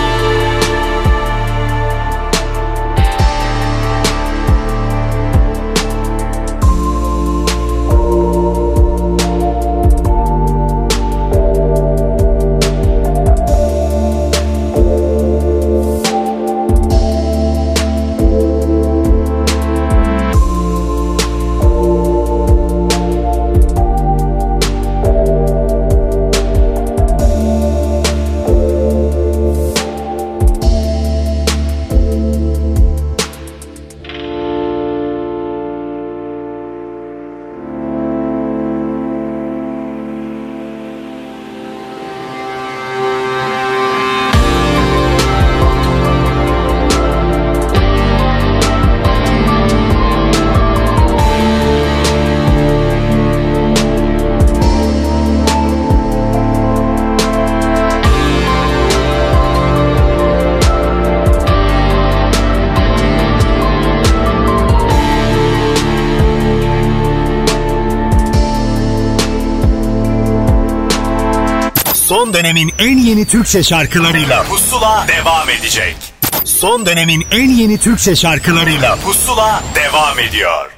Son dönemin en yeni Türkçe şarkılarıyla Pusula devam edecek. Son dönemin en yeni Türkçe şarkılarıyla Pusula devam ediyor.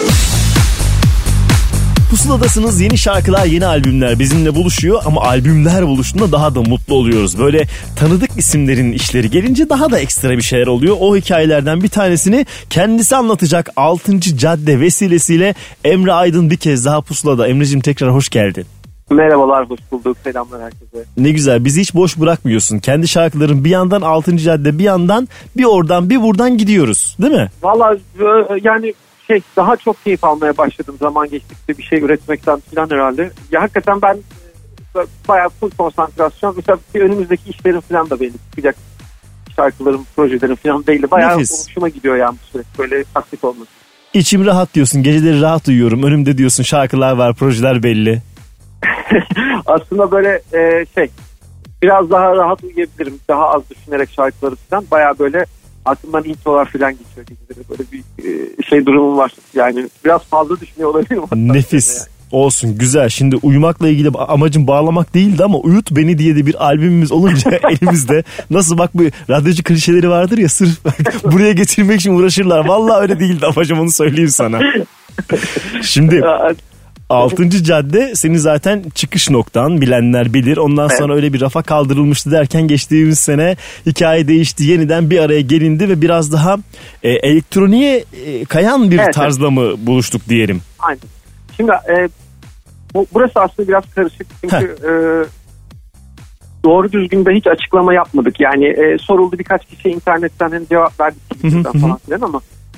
Pusuladasınız, yeni şarkılar, yeni albümler bizimle buluşuyor ama albümler buluştuğunda daha da mutlu oluyoruz. Böyle tanıdık isimlerin işleri gelince daha da ekstra bir şeyler oluyor. O hikayelerden bir tanesini kendisi anlatacak 6. Cadde vesilesiyle Emre Aydın bir kez daha Pusula'da. Emre'cim tekrar hoş geldin. Merhabalar, hoş bulduk. Selamlar herkese. Ne güzel, bizi hiç boş bırakmıyorsun. Kendi şarkıların bir yandan 6. Cadde, bir yandan bir oradan bir buradan gidiyoruz değil mi? Vallahi yani daha çok keyif almaya başladım zaman geçtikçe bir şey üretmekten falan herhalde. Ya hakikaten ben bayağı full konsantrasyon. Mesela önümüzdeki işlerim falan da belli. Çıkacak şarkılarım, projelerim falan belli. Bayağı hoşuma gidiyor yani bu süreç. Böyle aktif olması. İçim rahat diyorsun. Geceleri rahat uyuyorum. Önümde diyorsun şarkılar var, projeler belli. Aslında böyle biraz daha rahat uyuyabilirim. Daha az düşünerek şarkıları falan. Bayağı böyle aklımdan introlar falan geçiyor. Böyle bir durumum var. Yani biraz fazla düşünüyor olabilirim. Nefis. Yani. Olsun, güzel. Şimdi uyumakla ilgili amacım bağlamak değildi ama Uyut Beni diye de bir albümümüz olunca elimizde. Nasıl bak, bu radyocu klişeleri vardır ya, sırf buraya getirmek için uğraşırlar. Vallahi öyle değildi amacım, onu söyleyeyim sana. Şimdi 6. Cadde senin zaten çıkış noktan, bilenler bilir. Ondan sonra öyle bir rafa kaldırılmıştı derken geçtiğimiz sene hikaye değişti. Yeniden bir araya gelindi ve biraz daha elektroniğe kayan bir tarzla mı buluştuk diyelim. Aynen. Şimdi burası aslında biraz karışık. Çünkü doğru düzgün de hiç açıklama yapmadık. Yani soruldu, birkaç kişi internetten cevap verdik falan filan ama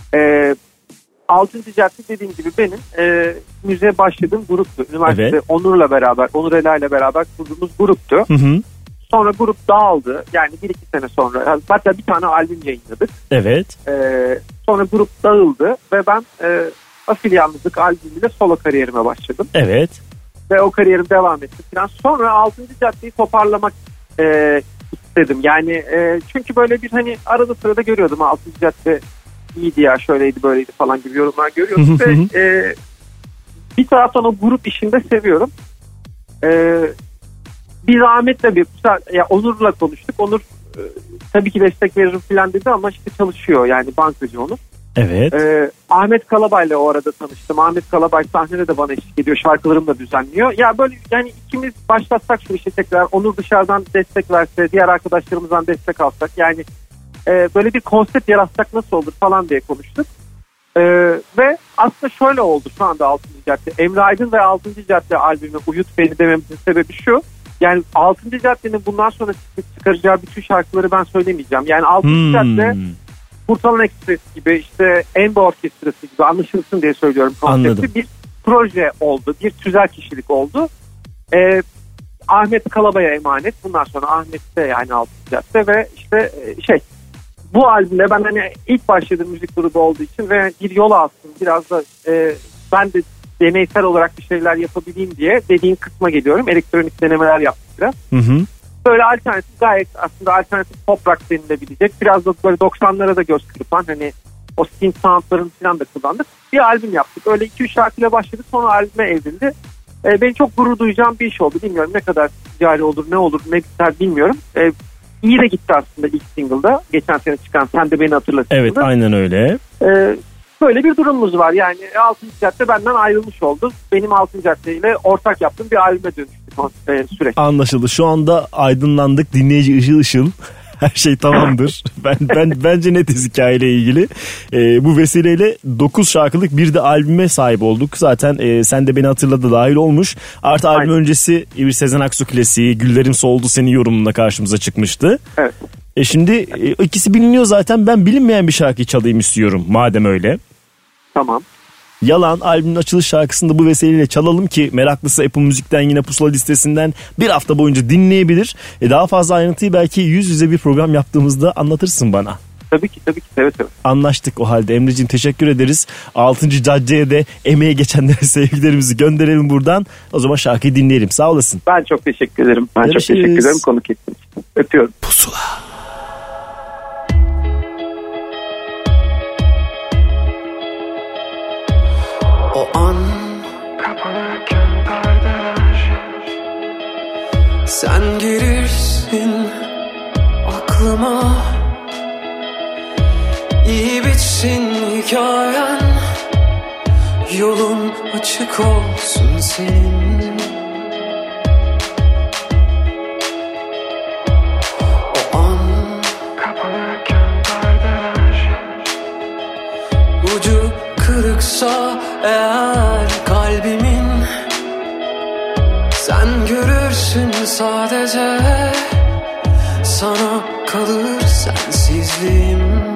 6. Cadde dediğim gibi benim müziğe başladığım gruptu. Üniversitede Onur'la beraber, Onur Ela ile beraber kurduğumuz gruptu. Sonra grup dağıldı. Yani 1-2 sene sonra hatta bir tane albüm yayınladık. Evet. Sonra grup dağıldı ve ben Asil Yalnızlık albümüyle solo kariyerime başladım. Evet. Ve o kariyerim devam etti falan. Sonra 6. caddeyi toparlamak istedim. Yani çünkü böyle bir hani arada sırada görüyordum 6. cadde iyiydi ya, şöyleydi böyleydi falan gibi yorumlar görüyordum. Ve bir taraftan o grup işinde seviyorum. Biz Ahmet'le Onur'la konuştuk. Onur tabii ki destek veririm falan dedi ama işte çalışıyor, yani bankacı Onur. Evet. Ahmet Kalabay'la o arada tanıştım. Ahmet Kalabay sahnede de bana eşlik ediyor. Şarkılarımı da düzenliyor. Ya böyle yani ikimiz başlatsak şu işe tekrar. Onur dışarıdan destek verse, diğer arkadaşlarımızdan destek alsak. Yani böyle bir konsept yaratsak nasıl olur falan diye konuştuk. Ve aslında şöyle oldu şu anda 6. Cadde. Emre Aydın ve 6. Cadde albümü Uyut Beni dememizin sebebi şu. Yani 6. Cadde'nin bundan sonra çıkaracağı bütün şarkıları ben söylemeyeceğim. Yani 6. Cadde Kurtalan Ekspres gibi, işte Enba Orkestrası gibi, anlaşılsın diye söylüyorum konsepti. Anladım. Bir proje oldu. Bir tüzel kişilik oldu. Ahmet Kalabay'a emanet. Bundan sonra Ahmet'te yani 6. Cadde ve işte bu albümde ben hani ilk başladığım müzik grubu olduğu için ve bir yol alsın, biraz da ben de deneysel olarak bir şeyler yapabileyim diye dediğin kısma geliyorum. Elektronik denemeler yaptık biraz. Böyle alternatif, gayet aslında alternatif pop rock denilebilecek. Biraz da böyle 90'lara da göz kırpan, hani o synth soundlarını falan da kullandık. Bir albüm yaptık. Öyle 2-3 şarkıyla başladık, sonra albüme evrildi. Beni çok gurur duyacağım bir iş oldu. Bilmiyorum ne kadar ticari olur, ne olur, ne biter bilmiyorum. İyi de gitti aslında ilk single'da. Geçen sene çıkan Sen de Beni Hatırlasın. Evet, aynen öyle. Böyle bir durumumuz var. Yani 6. Cadde benden ayrılmış oldu. Benim 6. Cadde ile ortak yaptığım bir albüme dönüştü süreç. Anlaşıldı. Şu anda aydınlandık. Dinleyici ışıl ışıl. Her şey tamamdır. Bence netiz hikayeyle ilgili. Bu vesileyle 9 şarkılık bir de albüme sahip olduk. Zaten Sen de Beni Hatırladı dahil olmuş. Artı albüm öncesi bir Sezen Aksu klasiği Güllerim Soldu Senin yorumunda karşımıza çıkmıştı. Evet. Şimdi ikisi biliniyor zaten. Ben bilinmeyen bir şarkıyı çalayım istiyorum madem öyle. Tamam. Yalan albümün açılış şarkısını da bu vesileyle çalalım ki meraklısı Apple Müzik'ten yine Pusula listesinden bir hafta boyunca dinleyebilir. Daha fazla ayrıntıyı belki yüz yüze bir program yaptığımızda anlatırsın bana. Tabii ki evet. Anlaştık o halde. Emreciğim teşekkür ederiz. 6. Cadde'ye de emeğe geçenlere sevgilerimizi gönderelim buradan. O zaman şarkıyı dinleyelim. Sağ olasın. Ben çok teşekkür ederim. Çok teşekkür ederim konuk ettiğin için. Öpüyorum. Pusula. O an kapanırken perdeler, sen girirsin aklıma. İyi bitsin hikayen, yolun açık olsun senin. O an kapanırken perdeler, ucu kırıksa eğer kalbimin, sen görürsün sadece, sana kalır sensizliğim.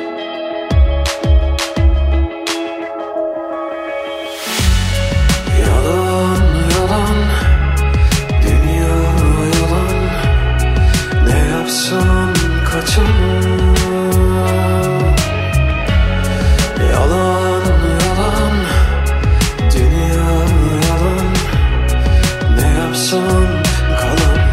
Yalan yalan, dünya yalan, ne yapsam kaçamam. Yalan yalan, dünya yalan, ne yapsam kalamam.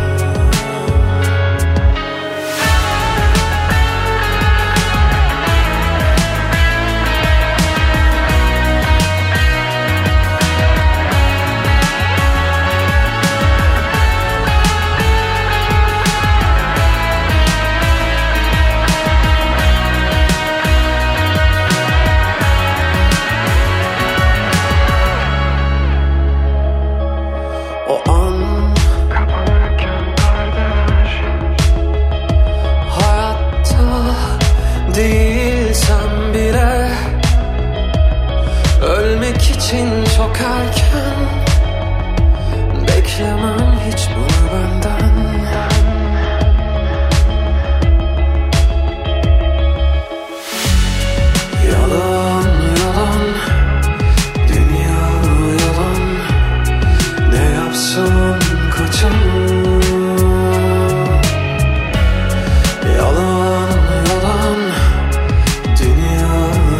O an kapanırken perdeler, hayatta değilsem bile ölmek için çok erken, beklemem hiç bunu benden. Yalan yalan, dünya yalan, ne yapsam kaçamam. Yalan yalan, dünya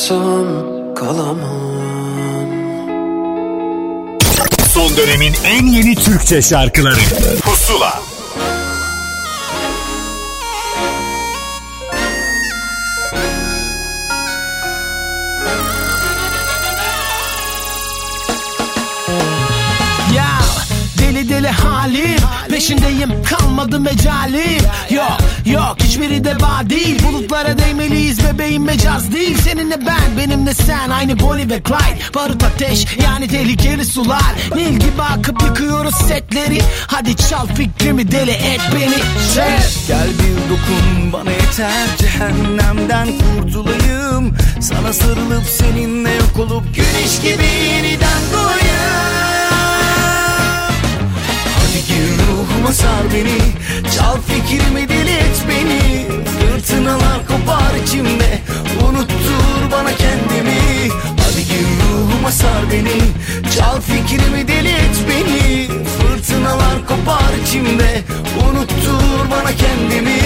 yapsam kalamam. Son dönemin en yeni Türkçe şarkıları Pusula. Deli halim, peşindeyim kalmadı mecalim. Yok hiçbiri de bağ değil. Bulutlara değmeliyiz bebeğim, mecaz değil. Seninle ben, benimle sen, aynı Bonnie ve Clyde. Barut ateş yani tehlikeli sular. Nil gibi akıp yıkıyoruz setleri. Hadi çal fikrimi, deli et beni. Gel bir dokun bana yeter, cehennemden kurtulayım. Sana sarılıp seninle yok olup güneş gibi yeniden doğayım. Ruhuma sar beni, çal fikrimi, deli et beni. Fırtınalar kopar içimde, unuttur bana kendimi. Hadi gir ruhuma sar beni, çal fikrimi, deli et beni. Fırtınalar kopar içimde, unuttur bana kendimi.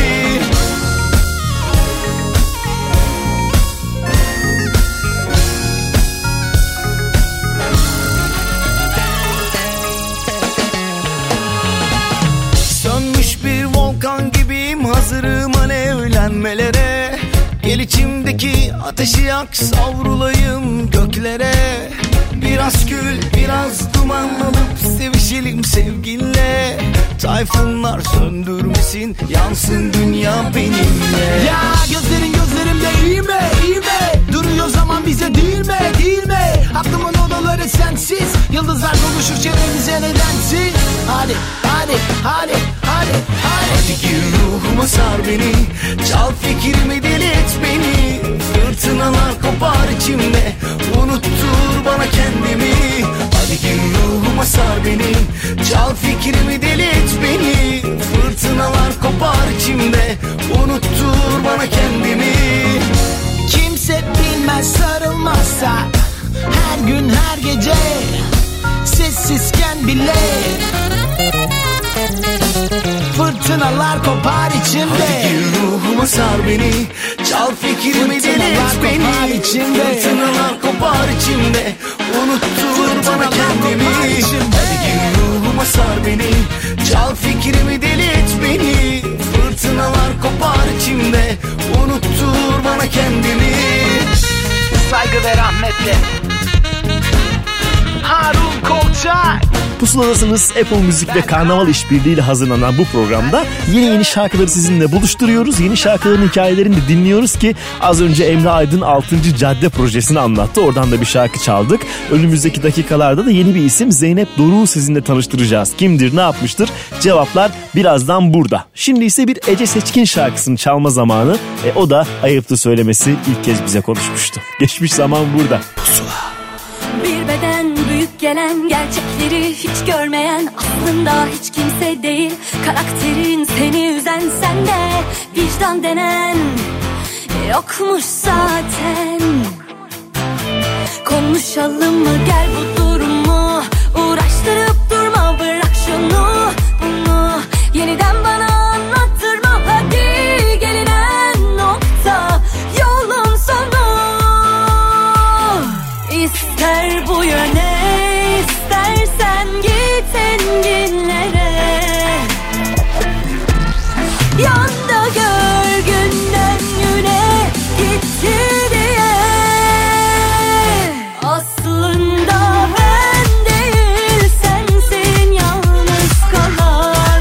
Volkan gibiyim, hazırım alevlenmelere. Gel içimdeki ateşi yak, savrulayım göklere. Biraz kül, biraz duman alıp sevişelim sevginle. Tayfunlar söndürmesin, yansın dünya benimle. Ya gözlerin gözlerimde iyi mi, iyi mi? Duruyor zaman bize değil mi, değil mi? Aklımın odaları sensiz, yıldızlar doluşur çevremize nedensiz. Hadi, hadi, hadi, hadi, hadi. Hadi gir ruhuma sar beni, çal fikrimi, deli et beni. Fırtınalar kopar içimde, unuttur bana kendimi. Hadi gir ruhuma sar beni, çal fikrimi, deli et beni. Fırtınalar kopar içimde, unuttur bana kendimi. Kimse bilmez sarılmazsa, her gün her gece sessizken bile fırtınalar kopar içimde. Hadi gir ruhuma sar beni, çal fikrimi, deli et beni. Fırtınalar kopar içimde, unuttur bana kendimi. Hadi gir ruhuma sar beni, çal fikrimi, deli et beni. Fırtınalar kopar içimde, unuttur bana kendimi. Saygı ve rahmetle Harun Kolçak. Pusuladasınız. Apple Müzik ve Karnaval işbirliğiyle hazırlanan bu programda yeni şarkıları sizinle buluşturuyoruz. Yeni şarkıların hikayelerini de dinliyoruz ki az önce Emre Aydın 6. Cadde projesini anlattı. Oradan da bir şarkı çaldık. Önümüzdeki dakikalarda da yeni bir isim Zeynep Doruk'u sizinle tanıştıracağız. Kimdir, ne yapmıştır? Cevaplar birazdan burada. Şimdi ise bir Ece Seçkin şarkısını çalma zamanı. O da ayıptı söylemesi ilk kez bize konuşmuştu. Geçmiş zaman burada. Pusula. Bir beden büyük gelen, gerçekleri hiç görmeyen, aslında hiç kimse değil. Karakterin seni üzen, sende vicdan denen yokmuş zaten. Konuşalım mı, gel bu durumu, uğraştırıp durma, bırak şunu bunu, yeniden bana anlattırma. Hadi gelinen nokta yolun sonu. İster bu yöne, istersen git enginlere. Yanda gör günden güne gitti diye. Aslında ben değil, sensin yalnız kalan.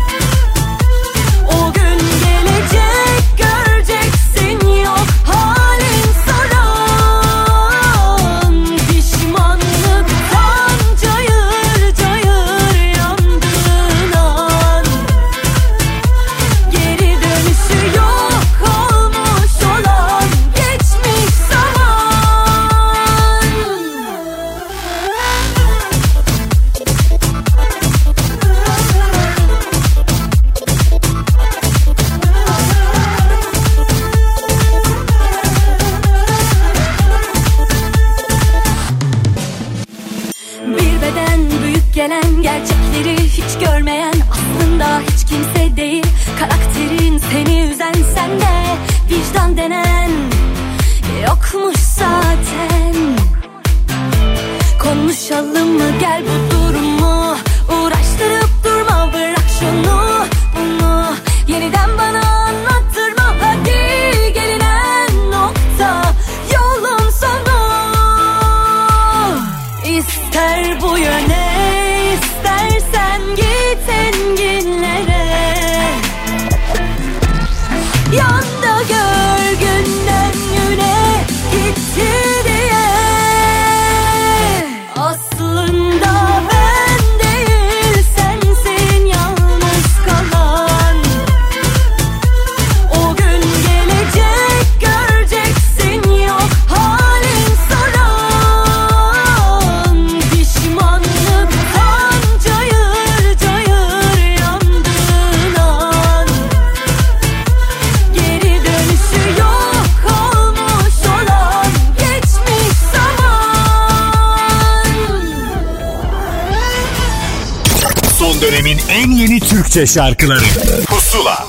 O gün gelecek, göreceksin, yok halin soran. Pişmanlıktan cayır cayır yandığın an. Geri dönüşü yok olmuş olan geçmiş zaman. Bir beden büyük gelen, gerçekleri hiç görmeyen, aslında hiç kimse değil. Karakterin seni üzen, sende vicdan denen yokmuş zaten. yeni Türkçe şarkıları Pusula.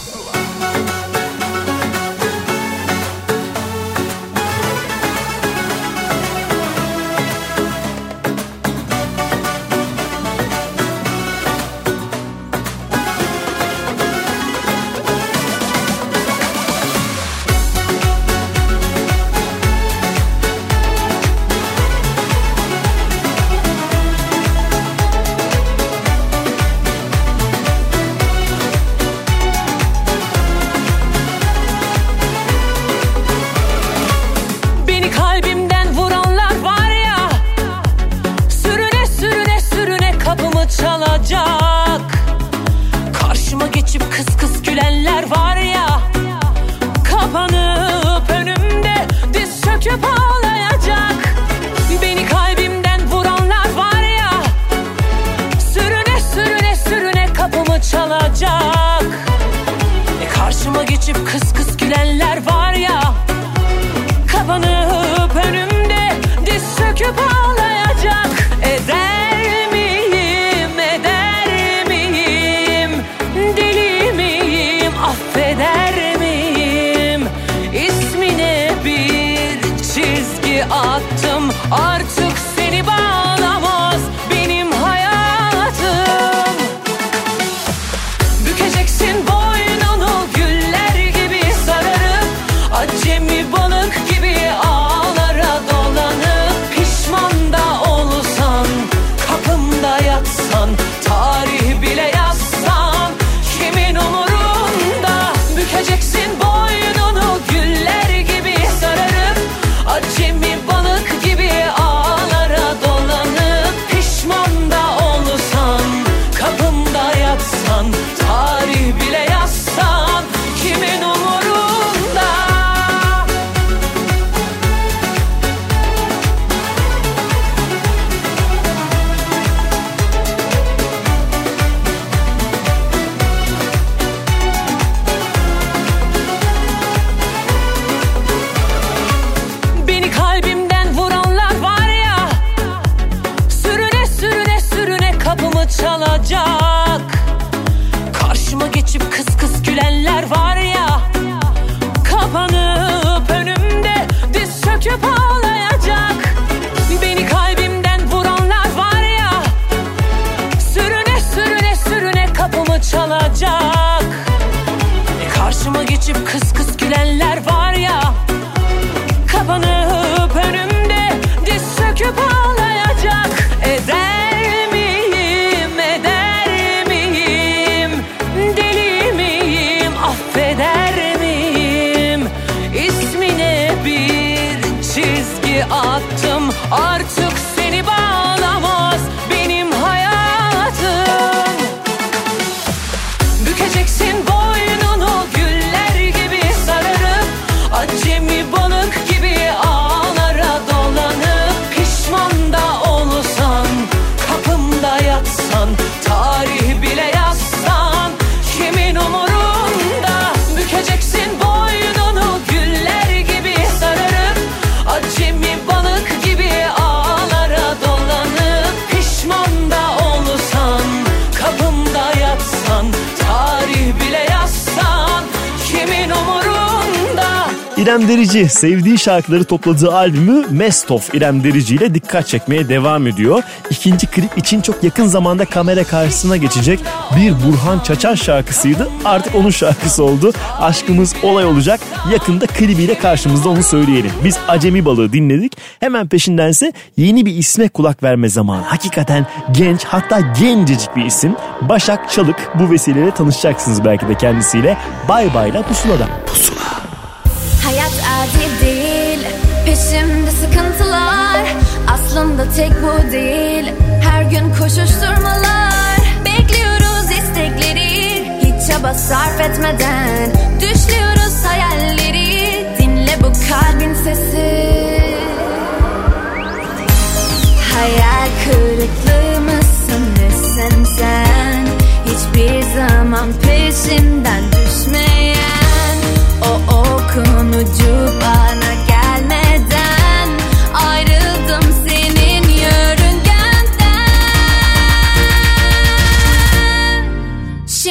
İrem Derici sevdiği şarkıları topladığı albümü Best of İrem Derici ile dikkat çekmeye devam ediyor. İkinci klip için çok yakın zamanda kamera karşısına geçecek bir Burhan Çaçar şarkısıydı. Artık onun şarkısı oldu. Aşkımız olay olacak. Yakında klibiyle karşımızda, onu söyleyelim. Biz Acemi Balığı dinledik. Hemen peşindense yeni bir isme kulak verme zamanı. Hakikaten genç, hatta gencecik bir isim. Başak Çalık. Bu vesileyle tanışacaksınız belki de kendisiyle. Bay Bay'la Pusula'da. Pusula. Hayat adil değil, peşimde sıkıntılar. Aslında tek bu değil, her gün koşuşturmalar. Bekliyoruz istekleri, hiç çaba sarf etmeden. Düşlüyoruz hayalleri, dinle bu kalbin sesi. Hayal kırıklığı mısın nesin sen? Hiçbir zaman peşimden düşmeyen. O okun ucu bana gelmeden ayrıldım senin yörüngenden.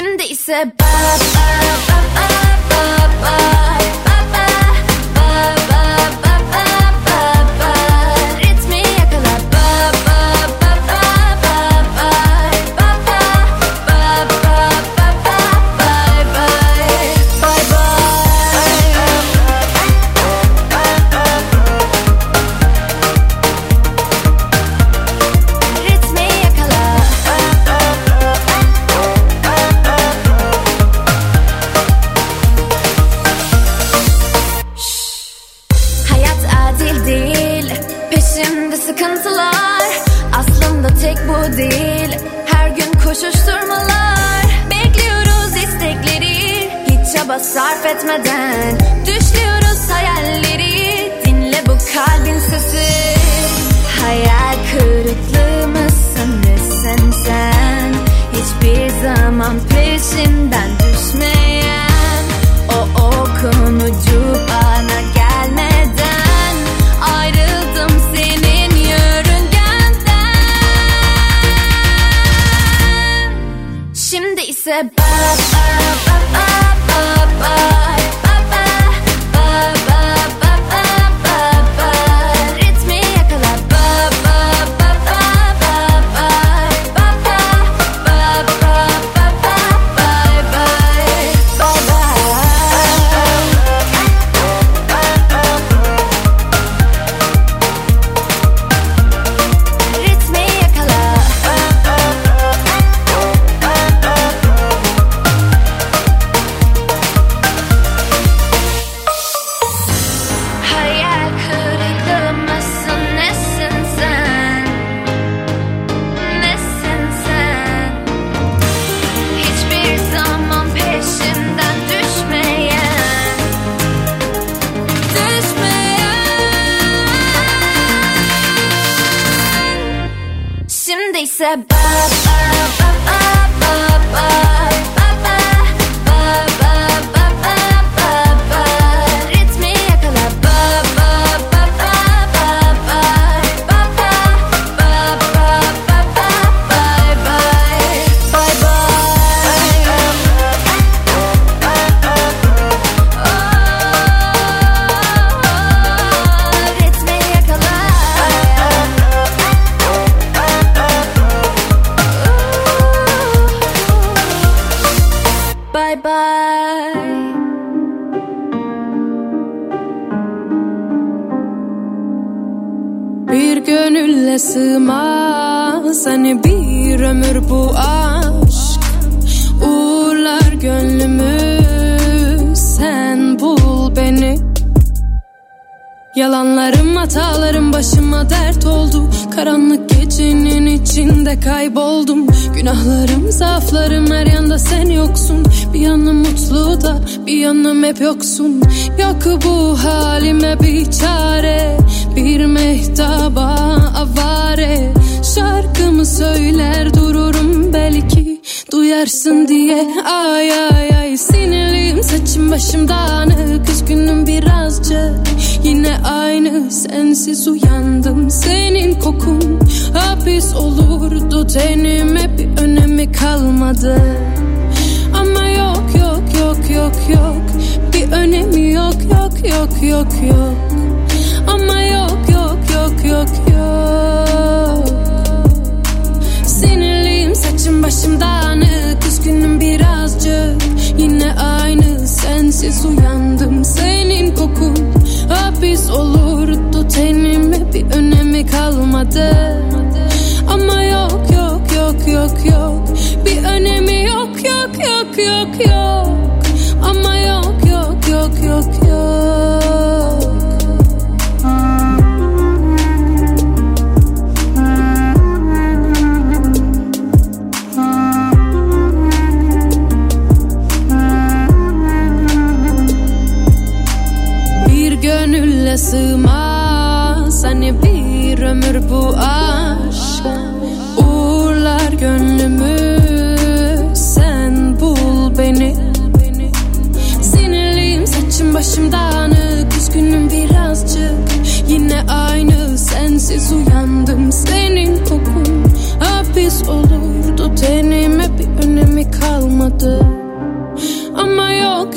ise ba ba ba ba ba ba ba ba ba ba ba ba. Ritmi yakala ba ba ba ba ba ba ba ba ba ba ba bye bye bye bye. Ritmi yakala. Hayat adil değil, peşimde sıkıntılar. Aslında tek bu değil, her gün koşuşturmalar. Bekliyoruz istekleri, hiç çaba sarf etmeden. Düşlüyoruz hayalleri, dinle bu kalbin sesi. Hayal kırıklığı mısın, nesin sen? Hiçbir zaman peşinden düşmeyen. O okun ucu bana gelmeden ayrıldım senin yörüngenden. Şimdi ise ba ba ba ba ba ba ba ba ba ba ba ba. Ritmi yakala ba ba ba ba ba ba ba ba ba ba bye bye bye bye. Ritmi yakala. Hayal kırıklığı mısın, nesin sen? Nesin sen? Hiçbir zaman peşinden düşmeyen. Şimdi ise ba ba ba ba ba ba ba ba ba ba ba ba. Ritmi yakala ba ba ba ba ba ba ba ba ba ba bye bye bye bye. Ritmi yakala. Bye bye. Bir gönülle sığmaz hani bir ömür bu aşk. Uğurlar gönlümü, sen bul beni. Yalanlarım, hatalarım başıma dert oldu. Karanlık gecenin içinde kayboldum. Günahlarım, zaaflarım, her yanda sen yoksun. Bir yanım mutlu da bir yanım hep yoksun. Yok bu halime bir çare, bir mehtaba avare. Şarkımı söyler dururum belki duyarsın diye. Ay ay ay sinirliyim, saçım başım dağınık, üzgünüm birazcık. Yine aynı sensiz uyandım, senin kokun hapis olurdu tenime, bir önemi kalmadı. Ama yok yok yok yok yok, bir önemi yok yok yok yok yok. Ama yok yok yok yok yok. Sinirliyim, saçım başım dağınık, üzgünüm birazcık. Yine aynı sensiz uyandım, senin kokun hapis olurdu tenime, bir önemi kalmadı. Ama yok yok yok yok yok, bir önemi yok yok yok yok yok. Ama yok yok yok yok yok. Bir gönülle sığmaz hani bir ömür bu aşk. Uğurlar gönlümü, sen bul beni. Sinirliyim, saçım başım dağınık, üzgünüm birazcık. Yine aynı sensiz uyandım, senin kokun hapis olurdu tenime, bir önemi kalmadı.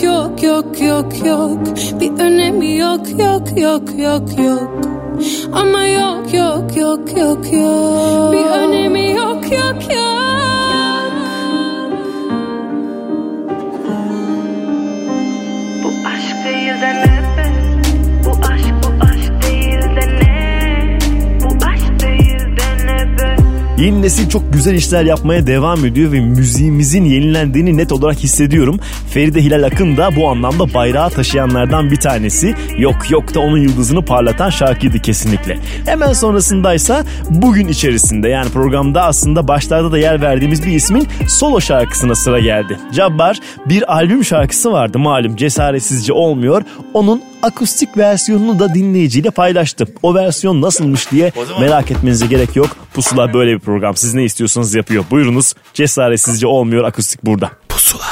yok yok yok yok yok. Bir önemi yok yok yok yok yok. Ama yok yok yok yok yok. Bir önemi yok yok yok. Bu aşk değil de ne? Bu aşk değil de ne? Bu aşk değil de ne be? Yeni nesil çok güzel işler yapmaya devam ediyor ve müziğimizin yenilendiğini net olarak hissediyorum. Feride Hilal Akın da bu anlamda bayrağı taşıyanlardan bir tanesi. Yok yok da onun yıldızını parlatan şarkıydı kesinlikle. Hemen sonrasındaysa bugün içerisinde, yani programda aslında başlarda da yer verdiğimiz bir ismin solo şarkısına sıra geldi. Cabbar bir albüm şarkısı vardı malum, Cesaretsizce Olmuyor. Onun akustik versiyonunu da dinleyiciyle paylaştı. O versiyon nasılmış diye merak etmenize gerek yok. Pusula böyle bir program. Siz ne istiyorsanız yapıyor. Buyurunuz. Cesaretsizce Olmuyor akustik burada. Pusula.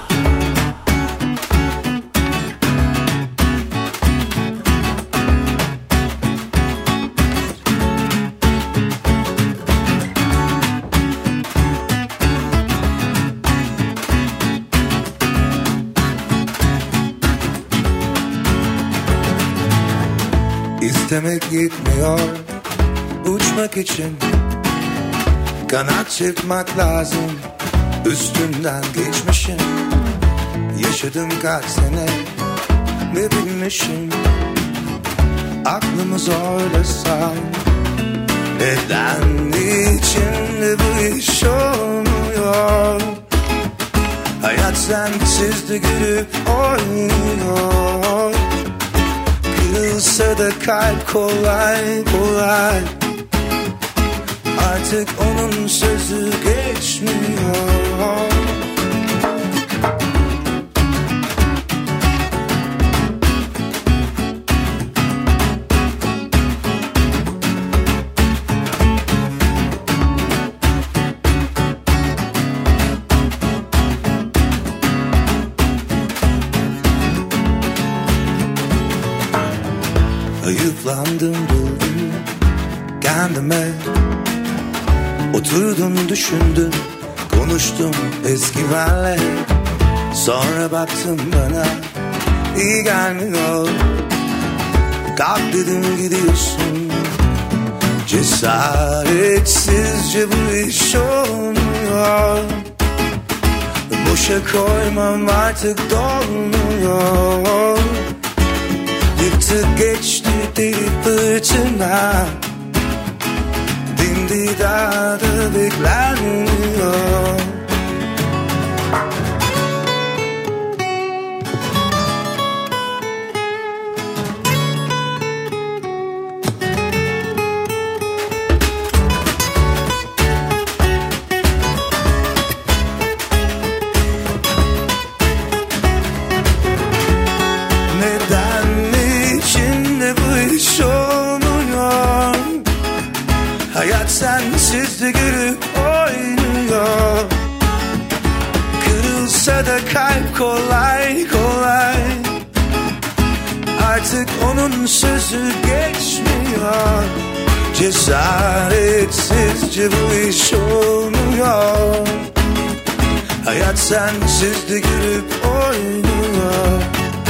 İstemek yetmiyor uçmak için, kanat çırpmak lazım üstünden geçmişim. Yaşadım kaç sene ve bilmişim, aklımız oynasa neden içinde bu iş olmuyor? Hayat sensiz de gülüp oynuyor. Kırılsa da kalp kolay kolay, artık onun sözü geçmiyor. Ayıplandım buldum kendime, oturdum düşündüm konuştum eski benle. Sonra baktım bana iyi gelmiyor, kalk dedim gidiyorsun. Cesaretsizce bu iş olmuyor, boşa koymam artık dolmuyor. Yıktı geçti deli fırtına, dindidada beklenmiyor. Sensiz de gülüp oynuyor. Kırılsa da kalp kolay kolay, artık onun sözü geçmiyor. Cesaretsizce bu iş olmuyor. Hayat sensiz de gülüp oynuyor.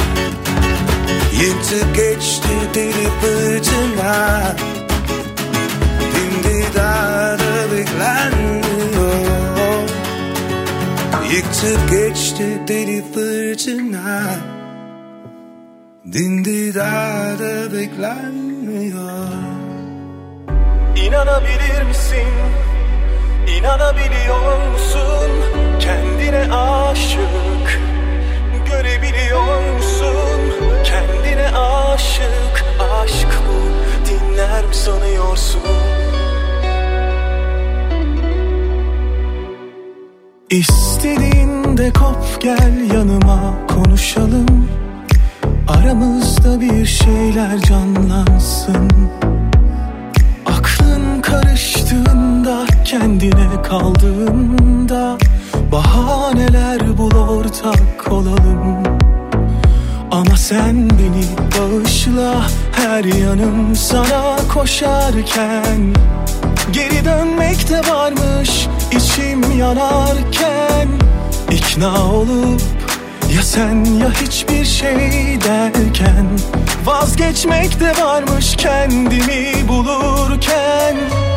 Yıktı geçti deli fırtına, dindidada beklenmiyor. Yıktı geçti deli fırtına, dindidada beklenmiyor. İnanabilir misin? İnanabiliyor musun? Kendine aşık görebiliyor musun? Kendine aşık, aşk bu, dinler mi sanıyorsun? İstediğinde kop gel yanıma konuşalım, aramızda bir şeyler canlansın. Aklın karıştığında, kendine kaldığında, bahaneler bul ortak olalım. Ama sen beni bağışla, her yanım sana koşarken. Geri dönmek de varmış içim yanarken. İkna olup Ya sen ya hiçbir şey derken, vazgeçmek de varmış kendimi bulurken.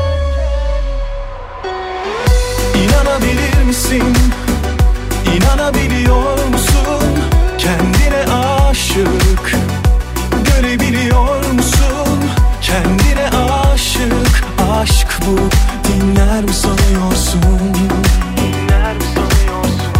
İnanabilir misin? İnanabiliyor musun? Kendine aşık, görebiliyor musun? Kendine aşık, aşk bu. Dinler mi sanıyorsun? Dinler mi sanıyorsun?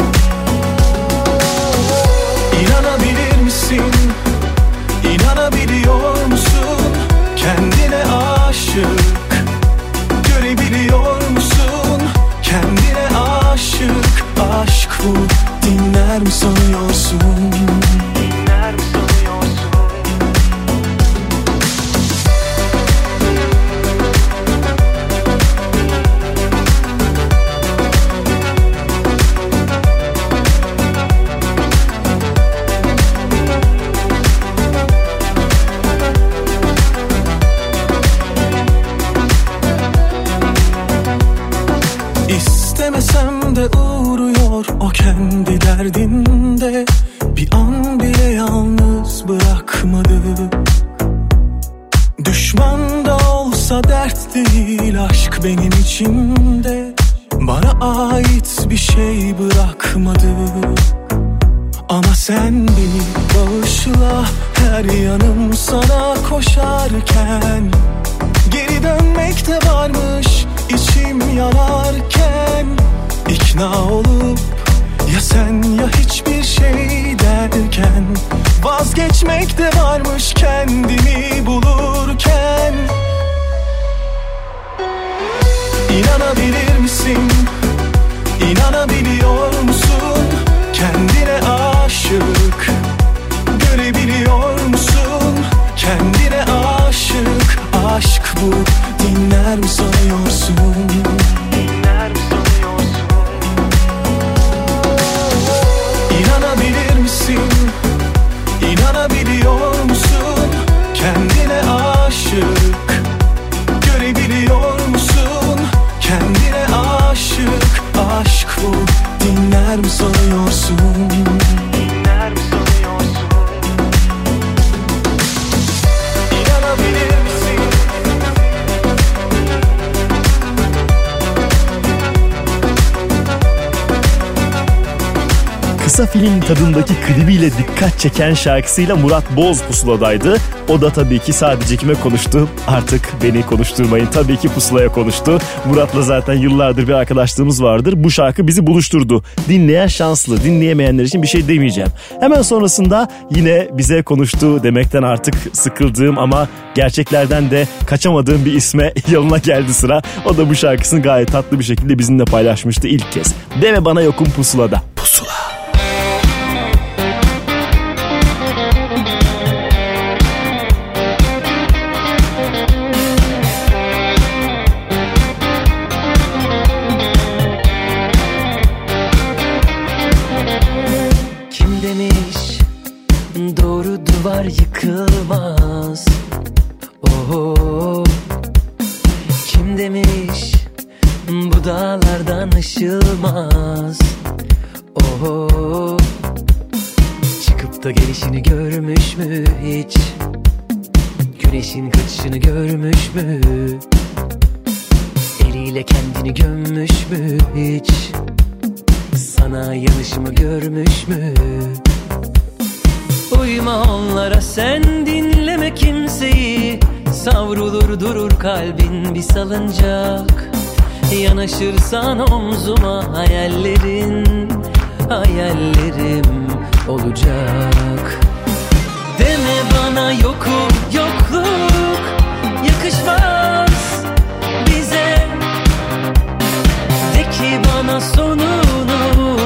İnanabilir misin? İnanabiliyor musun? Kendine aşık, görebiliyor musun? Kendine aşık, aşk bu. Dinler mi sanıyorsun? Dinler mi sanıyorsun? İstemesem de uğruyor o kendi derdinde. Bir an bile yalnız bırakmadı. Düşman da olsa dert değil aşk benim içimde. Bana ait bir şey bırakmadı. Ama sen beni bağışla, her yanım sana koşarken. Geri dönmek de varmış içim yanarken. İkna olup ya sen ya hiçbir şey derken, vazgeçmek de varmış kendimi bulurken. İnanabilir misin? İnanabiliyor musun? Kendine aşık, görebiliyor musun? Kendine aşık, aşk bu. Dinler mi sanıyorsun? Dinler mi sanıyorsun? İnanabilir misin? İnanabiliyor musun? Kendine aşık, görebiliyor musun? Kendine aşık, aşk bu. Dinler mi sanıyorsun? Dinler mi sanıyorsun? İnanabilir misin? Kısa film tadındaki klibiyle dikkat çeken şarkısıyla Murat Boz pusuladaydı. O da tabii ki sadece kime konuştu? Artık beni konuşturmayın. Tabii ki pusulaya konuştu. Murat'la zaten yıllardır bir arkadaşlığımız vardır. Bu şarkı bizi buluşturdu. Dinleyen şanslı, dinleyemeyenler için bir şey demeyeceğim. Hemen sonrasında yine bize konuştu demekten artık sıkıldığım ama gerçeklerden de kaçamadığım bir isme yanına geldi sıra. O da bu şarkısını gayet tatlı bir şekilde bizimle paylaşmıştı ilk kez. Deme bana yokum pusulada. Pusula. Yıkılmaz. Oh, kim demiş bu dağlardan aşılmaz. Oh, çıkıp da gelişini görmüş mü hiç? Güneşin kaçışını görmüş mü? Eliyle kendini gömmüş mü hiç? Sana yanışımı görmüş mü? Uyma onlara, sen dinleme kimseyi. Savrulur durur kalbin bir salıncak. Yanaşırsan omzuma hayallerim olacak. Deme bana yokum, yokluk yakışmaz bize. De ki bana sonunu,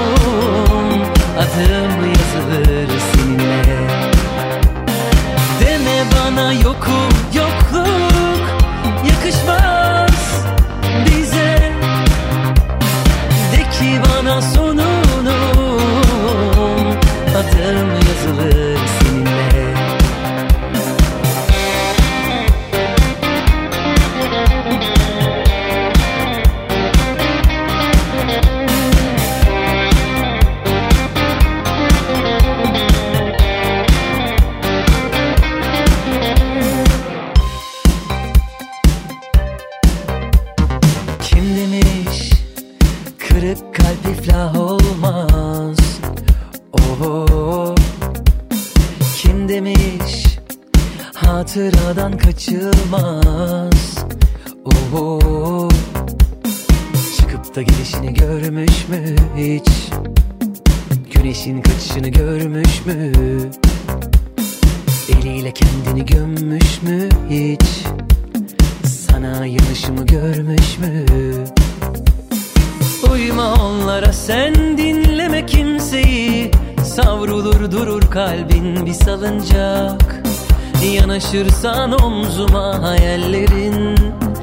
adım yazılır seninle. Deme bana yokum, yokluk yakışmaz bize. De ki bana sonunu, adım yazılır seninle. senin demiş, hatıradan kaçılmaz. Oho. Çıkıp da gelişini görmüş mü hiç? Güneşin kaçışını görmüş mü? Eliyle kendini gömmüş mü hiç? Sana yanışımı görmüş mü? Uyma onlara, sen dinleme kimseyi. Savrulur durur kalbin bir salıncak. Yanaşırsan omzuma hayallerim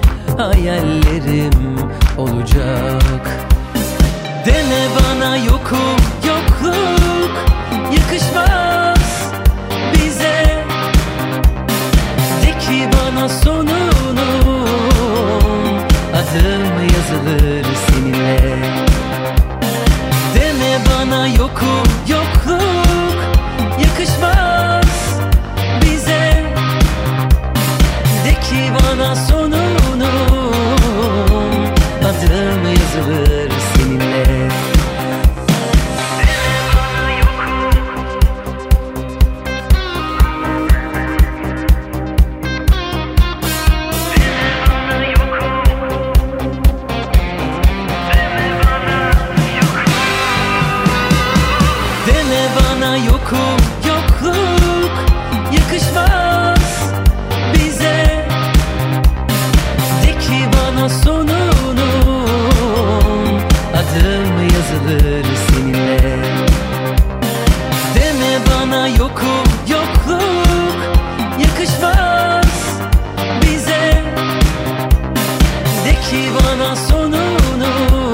olacak. Deme bana yokum, yokluk yakışmaz bize. De ki bana sonunu, adım yazılır seninle. Deme bana yokum, yokluk yakışmaz bize. De ki bana sonunu, adım yazılır seninle. Yokum, yokluk yakışmaz bize. De ki bana sonunu, adım yazılır seninle. Deme bana yokum, yokluk yakışmaz bize. De ki bana sonunu,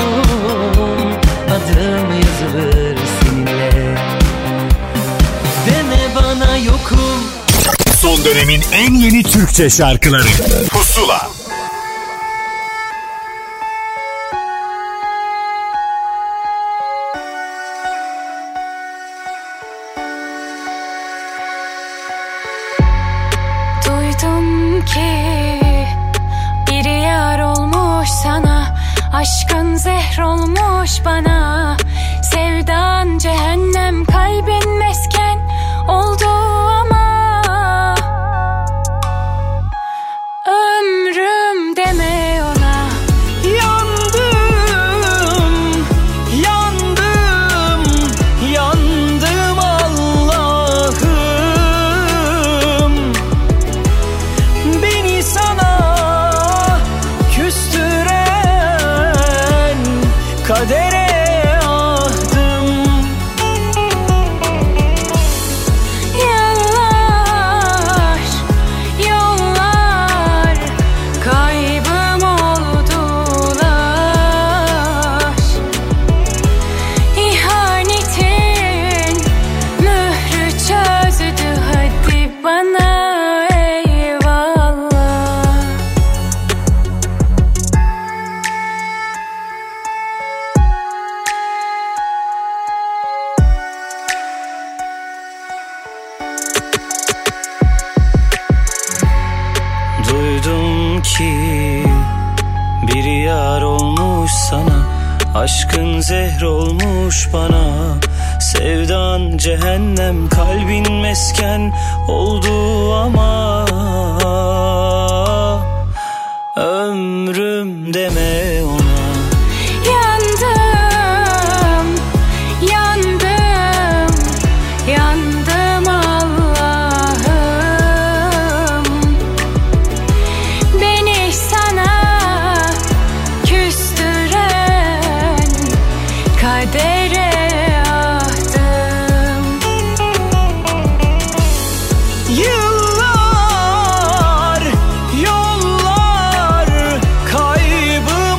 adım yazılır seninle. Deme bana yokum. Son dönemin en yeni Türkçe şarkıları Pusula. Duydum ki biri yar olmuş sana, aşkın zehr olmuş bana. Sevdan cehennem, kalbin mesken oldu ama ömrüm deme ona. Yandım, yandım, yandım Allah'ım. Beni sana küstüren kadere aşkın zehr olmuş bana. Sevdan cehennem, kalbin mesken oldu ama ömrüm deme ona. Yandım, yandım, yandım Allah'ım. Beni sana küstüren kadere ahtım. Yıllar, yollar, kaybım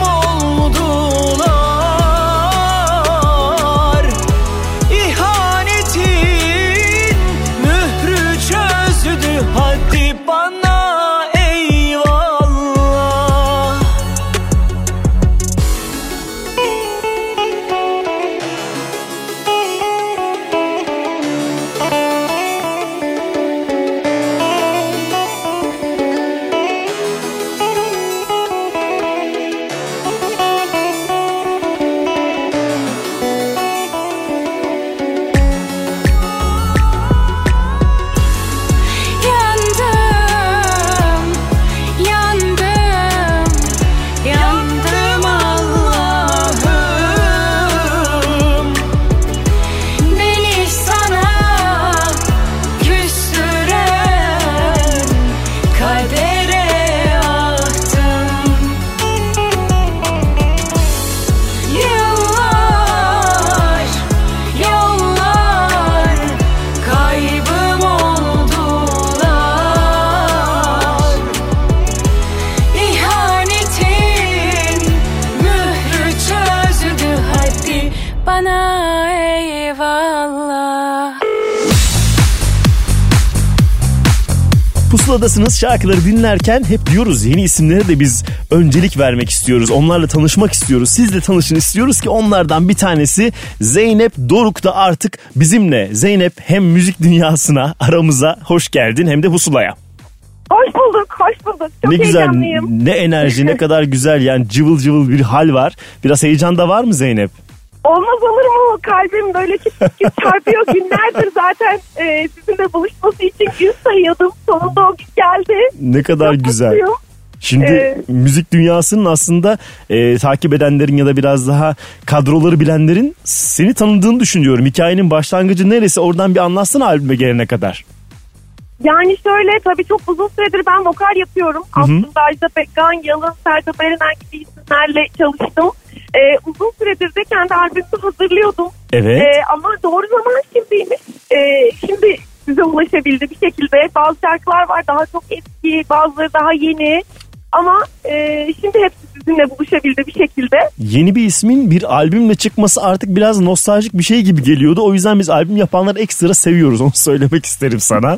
Pusuladasınız, şarkıları dinlerken hep diyoruz yeni isimlere de biz öncelik vermek istiyoruz. Onlarla tanışmak istiyoruz. Sizle tanışın istiyoruz ki onlardan bir tanesi Zeynep Doruk da artık bizimle. Zeynep hem müzik dünyasına aramıza hoş geldin hem de Pusula'ya. Hoş bulduk, hoş bulduk. Çok ne güzel, heyecanlıyım. ne enerji, ne kadar güzel yani cıvıl cıvıl bir hal var. Biraz heyecan da var mı Zeynep? Olmaz olur mu? Kalbim böyle küt küt çarpıyor. Günlerdir zaten sizinle buluşması için gün sayıyordum. Sonunda o gün geldi. Ne kadar çok güzel. Mutluyum. Şimdi müzik dünyasının aslında takip edenlerin ya da biraz daha kadroları bilenlerin seni tanıdığını düşünüyorum. Hikayenin başlangıcı neresi? Oradan bir anlatsana albüme gelene kadar. Yani şöyle tabii çok uzun süredir ben vokal yapıyorum. Aslında Ajda Pekkan, Yalın, Sertab Erener gibi isimlerle çalıştım. Uzun süredir de kendi albümümü hazırlıyordum. Evet. Ama doğru zaman şimdiymiş. Şimdi size ulaşabildi bir şekilde. Bazı şarkılar var daha çok eski, bazıları daha yeni. Ama şimdi hepsi sizinle buluşabildi bir şekilde. Yeni bir ismin bir albümle çıkması artık biraz nostaljik bir şey gibi geliyordu. O yüzden biz albüm yapanları ekstra seviyoruz. Onu söylemek isterim sana.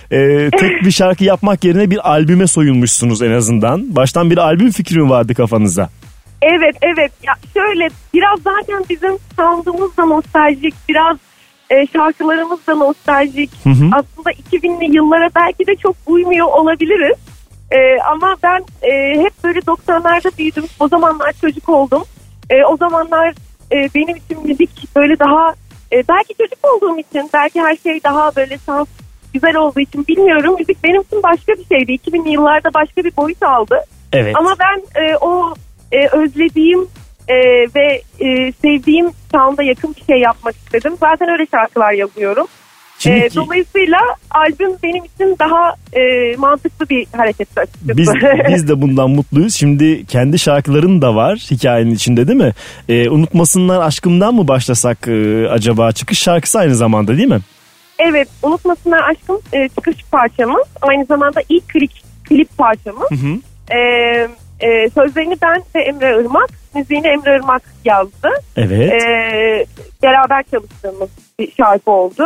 Tek bir şarkı yapmak yerine bir albüme soyunmuşsunuz en azından. Baştan bir albüm fikri mi vardı kafanıza? Evet. Ya şöyle biraz zaten bizim sound'umuz da nostaljik. Biraz şarkılarımız da nostaljik. Aslında 2000'li yıllara belki de çok uymuyor olabiliriz. Ama ben hep böyle 90'larda büyüdüm. O zamanlar çocuk oldum. O zamanlar benim için müzik böyle daha belki çocuk olduğum için, belki her şey daha böyle saf, güzel olduğu için bilmiyorum. Müzik benim için başka bir şeydi. 2000'li yıllarda başka bir boyut aldı. Evet. Ama ben o özlediğim ve sevdiğim sound'a yakın bir şey yapmak istedim. Zaten öyle şarkılar yazıyorum. Dolayısıyla albüm benim için daha mantıklı bir hareket açıkçası. Biz de bundan mutluyuz. Şimdi kendi şarkıların da var hikayenin içinde değil mi? Unutmasınlar aşkımdan mı başlasak acaba? Çıkış şarkısı aynı zamanda değil mi? Evet, Unutmasınlar aşkım çıkış parçamız. Aynı zamanda ilk klip parçamız. Sözlerini ben ve Emre Irmak, müziğini Emre Irmak yazdı. Evet. Beraber çalıştığımız bir şarkı oldu.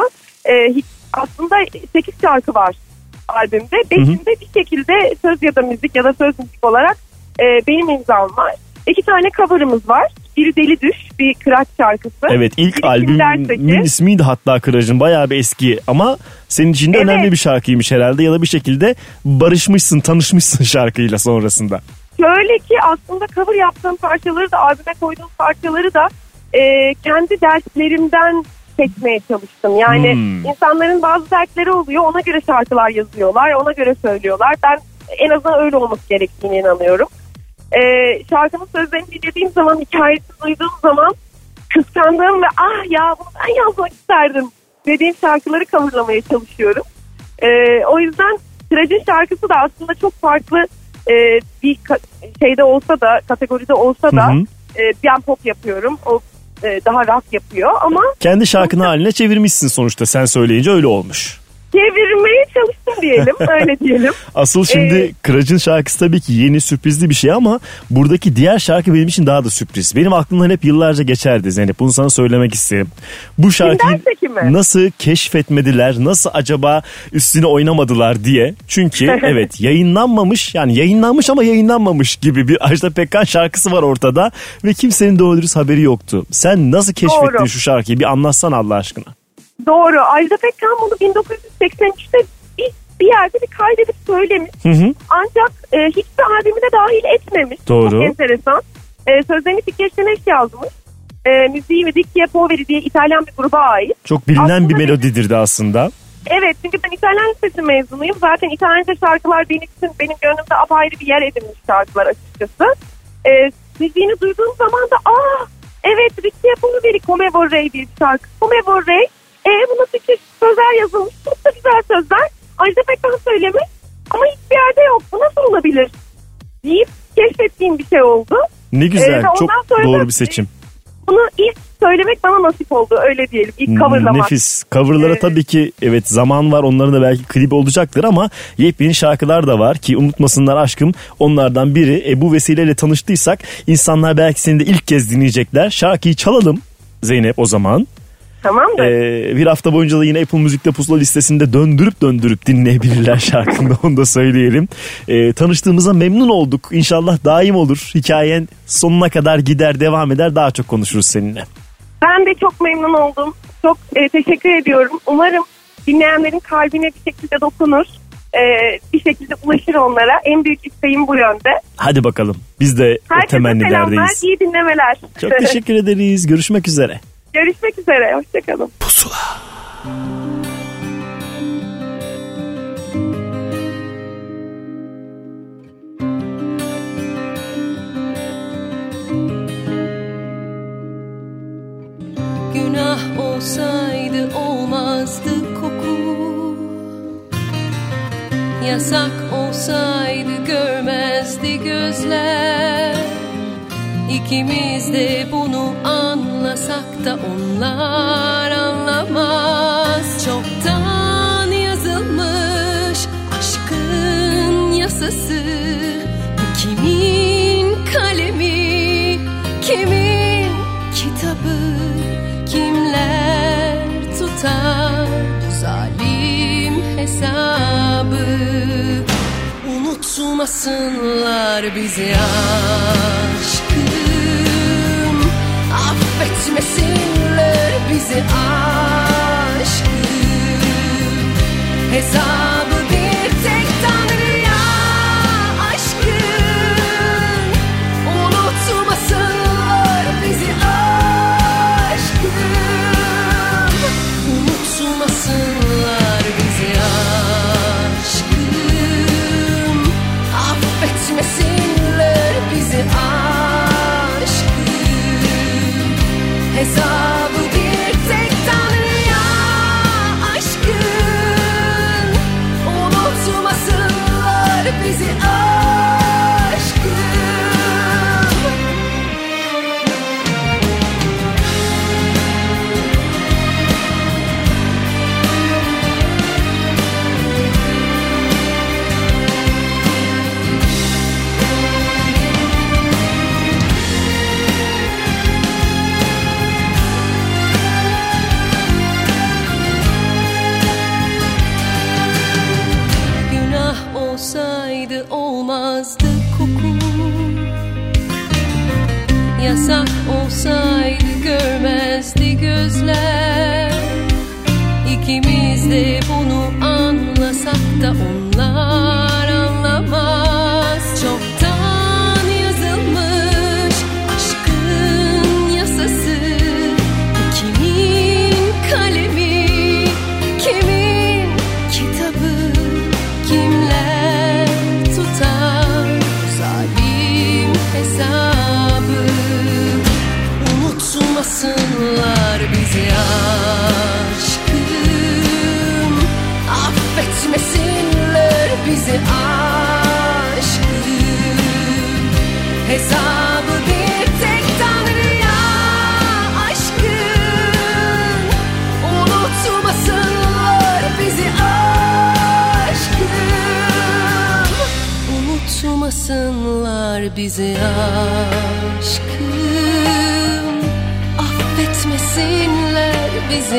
Aslında 8 şarkı var albümde. 5'inde bir şekilde söz ya da müzik ya da söz müzik olarak benim imzam var. 2 tane cover'ımız var. Biri Deli Düş, bir Kıraç şarkısı. Evet, ilk albümün ismiydi hatta Kıraç'ın. Bayağı bir eski ama senin için de önemli bir şarkıymış herhalde. Ya da bir şekilde barışmışsın, tanışmışsın şarkıyla sonrasında. Şöyle ki aslında cover yaptığım parçaları da, albüme koyduğum parçaları da kendi derslerimden seçmeye çalıştım. Yani insanların bazı dertleri oluyor, ona göre şarkılar yazıyorlar, ona göre söylüyorlar. Ben en azından öyle olması gerektiğine inanıyorum. Şarkının sözlerini dinlediğim zaman, hikayesini duyduğum zaman kıskandığım ve ah ya bunu ben yazmak isterdim dediğim şarkıları coverlamaya çalışıyorum. O yüzden Kıraç'ın şarkısı da aslında çok farklı bir şeyde olsa da, kategoride olsa da ben pop yapıyorum. O daha rock yapıyor ama... Kendi şarkını haline çevirmişsin sonuçta, sen söyleyince öyle olmuş. Çevirmeye çalıştım diyelim, öyle diyelim. Asıl şimdi Kıraç'ın şarkısı tabii ki yeni, sürprizli bir şey ama buradaki diğer şarkı benim için daha da sürpriz. Benim aklımdan hep yıllarca geçerdi Zeynep, bunu sana söylemek isterim. Bu şarkıyı nasıl keşfetmediler, nasıl acaba üstüne oynamadılar diye. Çünkü evet, yayınlanmamış, yani yayınlanmış ama yayınlanmamış gibi bir Ajda Pekkan şarkısı var ortada ve kimsenin doğru dürüst haberi yoktu. Sen nasıl keşfettin şu şarkıyı, bir anlatsana Allah aşkına. Doğru. Ajda Pekkan bunu 1983'te bir yerde bir kaydedip söylemiş. Ancak hiçbir albümüne dahil etmemiş. Doğru. Çok enteresan. Sözlerini Fikret Şeneş yazmış. Müziği ve Dicchia Poveri diye İtalyan bir gruba ait. Çok bilinen aslında bir melodidir de aslında. Evet, çünkü ben İtalyan lisesi mezunuyum. Zaten İtalyanca şarkılar benim gönlümde apayrı bir yer edinmiş şarkılar açıkçası. Müziğini duyduğum zaman da evet, Dicchia Poveri Come Vorrei diye bir şarkı. Come Vorrei. Buna fikir sözler yazılmış. Çok da güzel sözler. Ajda Pekkan söylemiş. Ama hiçbir yerde yok. Bu nasıl olabilir? Deyip keşfettiğim bir şey oldu. Ne güzel. Çok doğru bir seçim. Bunu ilk söylemek bana nasip oldu. Öyle diyelim. İlk coverlamak. Nefis. Coverlara tabii ki evet zaman var. Onların da belki klibi olacaktır ama yepyeni şarkılar da var ki Unutmasınlar aşkım onlardan biri. Bu vesileyle tanıştıysak insanlar belki seni de ilk kez dinleyecekler. Şarkıyı çalalım Zeynep o zaman. Tamamdır. Bir hafta boyunca da yine Apple Müzik'te Pusula listesinde döndürüp dinleyebilirler şarkında, onu da söyleyelim. Tanıştığımıza memnun olduk. İnşallah daim olur. Hikayen sonuna kadar gider, devam eder. Daha çok konuşuruz seninle. Ben de çok memnun oldum. Çok teşekkür ediyorum. Umarım dinleyenlerin kalbine bir şekilde dokunur. Bir şekilde ulaşır onlara. En büyük isteğim bu yönde. Hadi bakalım. Biz de o temennilerdeyiz. Selamlar, iyi dinlemeler. Çok teşekkür ederiz. Görüşmek üzere. Görüşmek üzere. Hoşçakalın. Pusula. Günah olsaydı olmazdı koku, yasak olsaydı görmezdi gözler. İkimiz de bunu anlasak da onlar anlamaz. Çoktan yazılmış aşkın yasası. Bu kimin kalemi, kimin kitabı? Kimler tutar bu zalim hesabı? Unutmasınlar bizi aşkım, affetmesinler bizi aşkım. Hesabı bir tek Tanrı'ya aşkım. Unutmasınlar bizi aşkım. Unutmasınlar bizi aşkım. Affetmesinler bizi aşkım. Hesabı bir tek Tanrı'ya aşkım. Unutmasınlar bizi aşkım. Günah olsaydı olmazdı koku, yasak olsaydı görmezdi gözler. İkimiz de bunu anlasak da onlar anlamaz. Çoktan yazılmış aşkın yasası. Kimin kalemi, kimin kitabı? Kimler tutar bu zalim hesabı? Unutmasınlar bizi aşkım, affetmesinler bizi aşkım. Hesabı bir tek Tanrı'ya aşkım. Unutmasınlar bizi aşkım. Unutmasınlar bizi aşkım. Affetmesinler bizi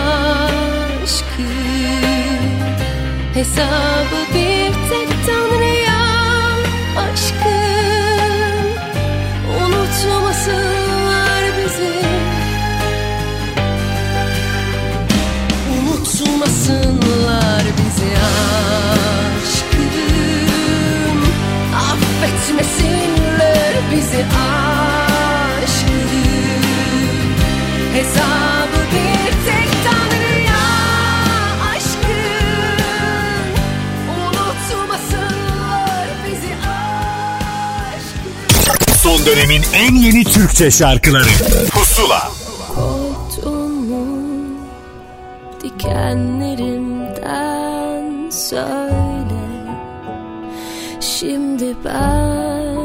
aşkım. Hesabı bir tek Tanrı'ya aşkım. Unutmasınlar bizi. Unutmasınlar bizi aşkım. Affetmesinler bizi aşkım. Hesabı bir tek Tanrı'ya aşkım. Unutmasınlar bizi aşkım. Son dönemin en yeni Türkçe şarkıları Pusula. Korktun mu dikenlerimden söyle. Şimdi ben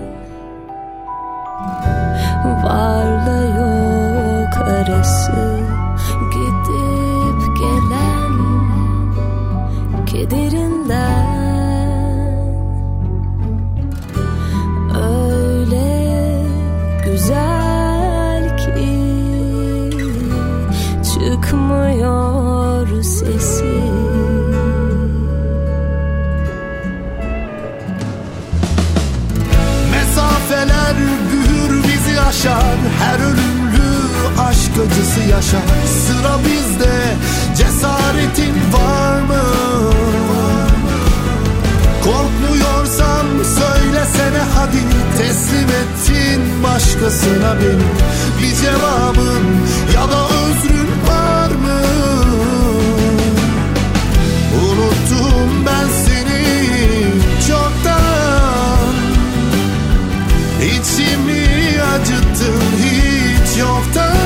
varla yok arası gidip gelen kederinden öyle güzel ki acısına benim bir cevabın ya da özrün var mı? Unuttum ben seni çoktan, içimi acıttın hiç yoktan.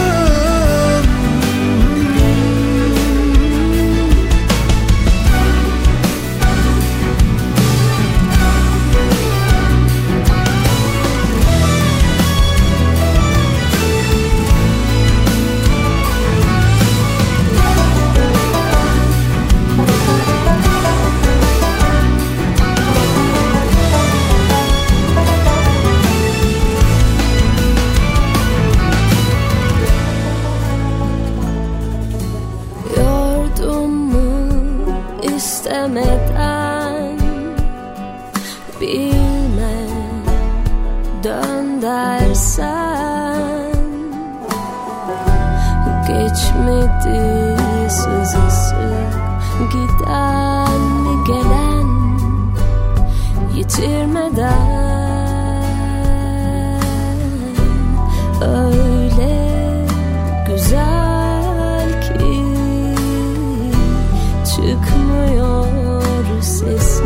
Demeden bilme, dön dersen geçmedi sızısı, giden mi gelen yitirmeden öyle güzel ki çıkmıyor sesi.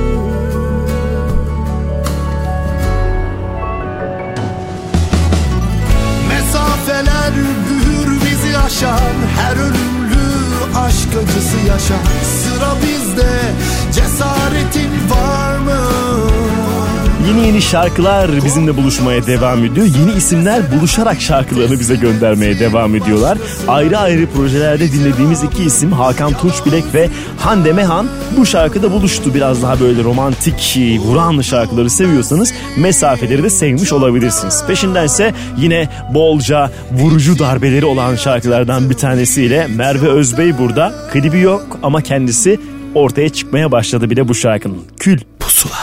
Mesafeler büyür bizi aşan, her ölümlü aşk acısı yaşar. Sıra bizde, cesaretin var mı? Yeni şarkılar bizimle buluşmaya devam ediyor. Yeni isimler buluşarak şarkılarını bize göndermeye devam ediyorlar. Ayrı ayrı projelerde dinlediğimiz iki isim Hakan Tunçbilek ve Hande Mehan bu şarkıda buluştu. Biraz daha böyle romantik, vuran şarkıları seviyorsanız Mesafeleri de sevmiş olabilirsiniz. Peşindense yine bolca vurucu darbeleri olan şarkılardan bir tanesiyle Merve Özbey burada. Klibi yok ama kendisi ortaya çıkmaya başladı bile bu şarkının. Kül Pusula.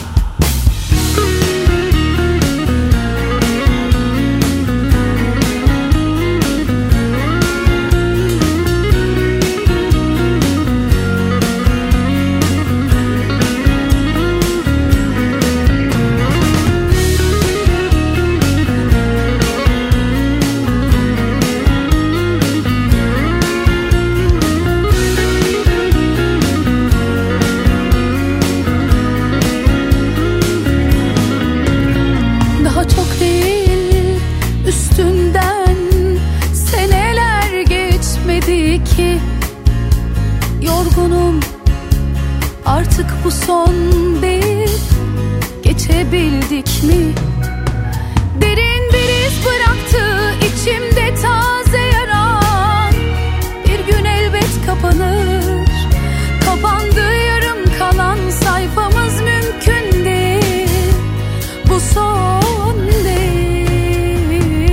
Bu son değil, geçebildik mi? Derin bir iz bıraktı içimde taze yaran. Bir gün elbet kapanır, kapandı yarım kalan sayfamız mümkün değil. Bu son değil.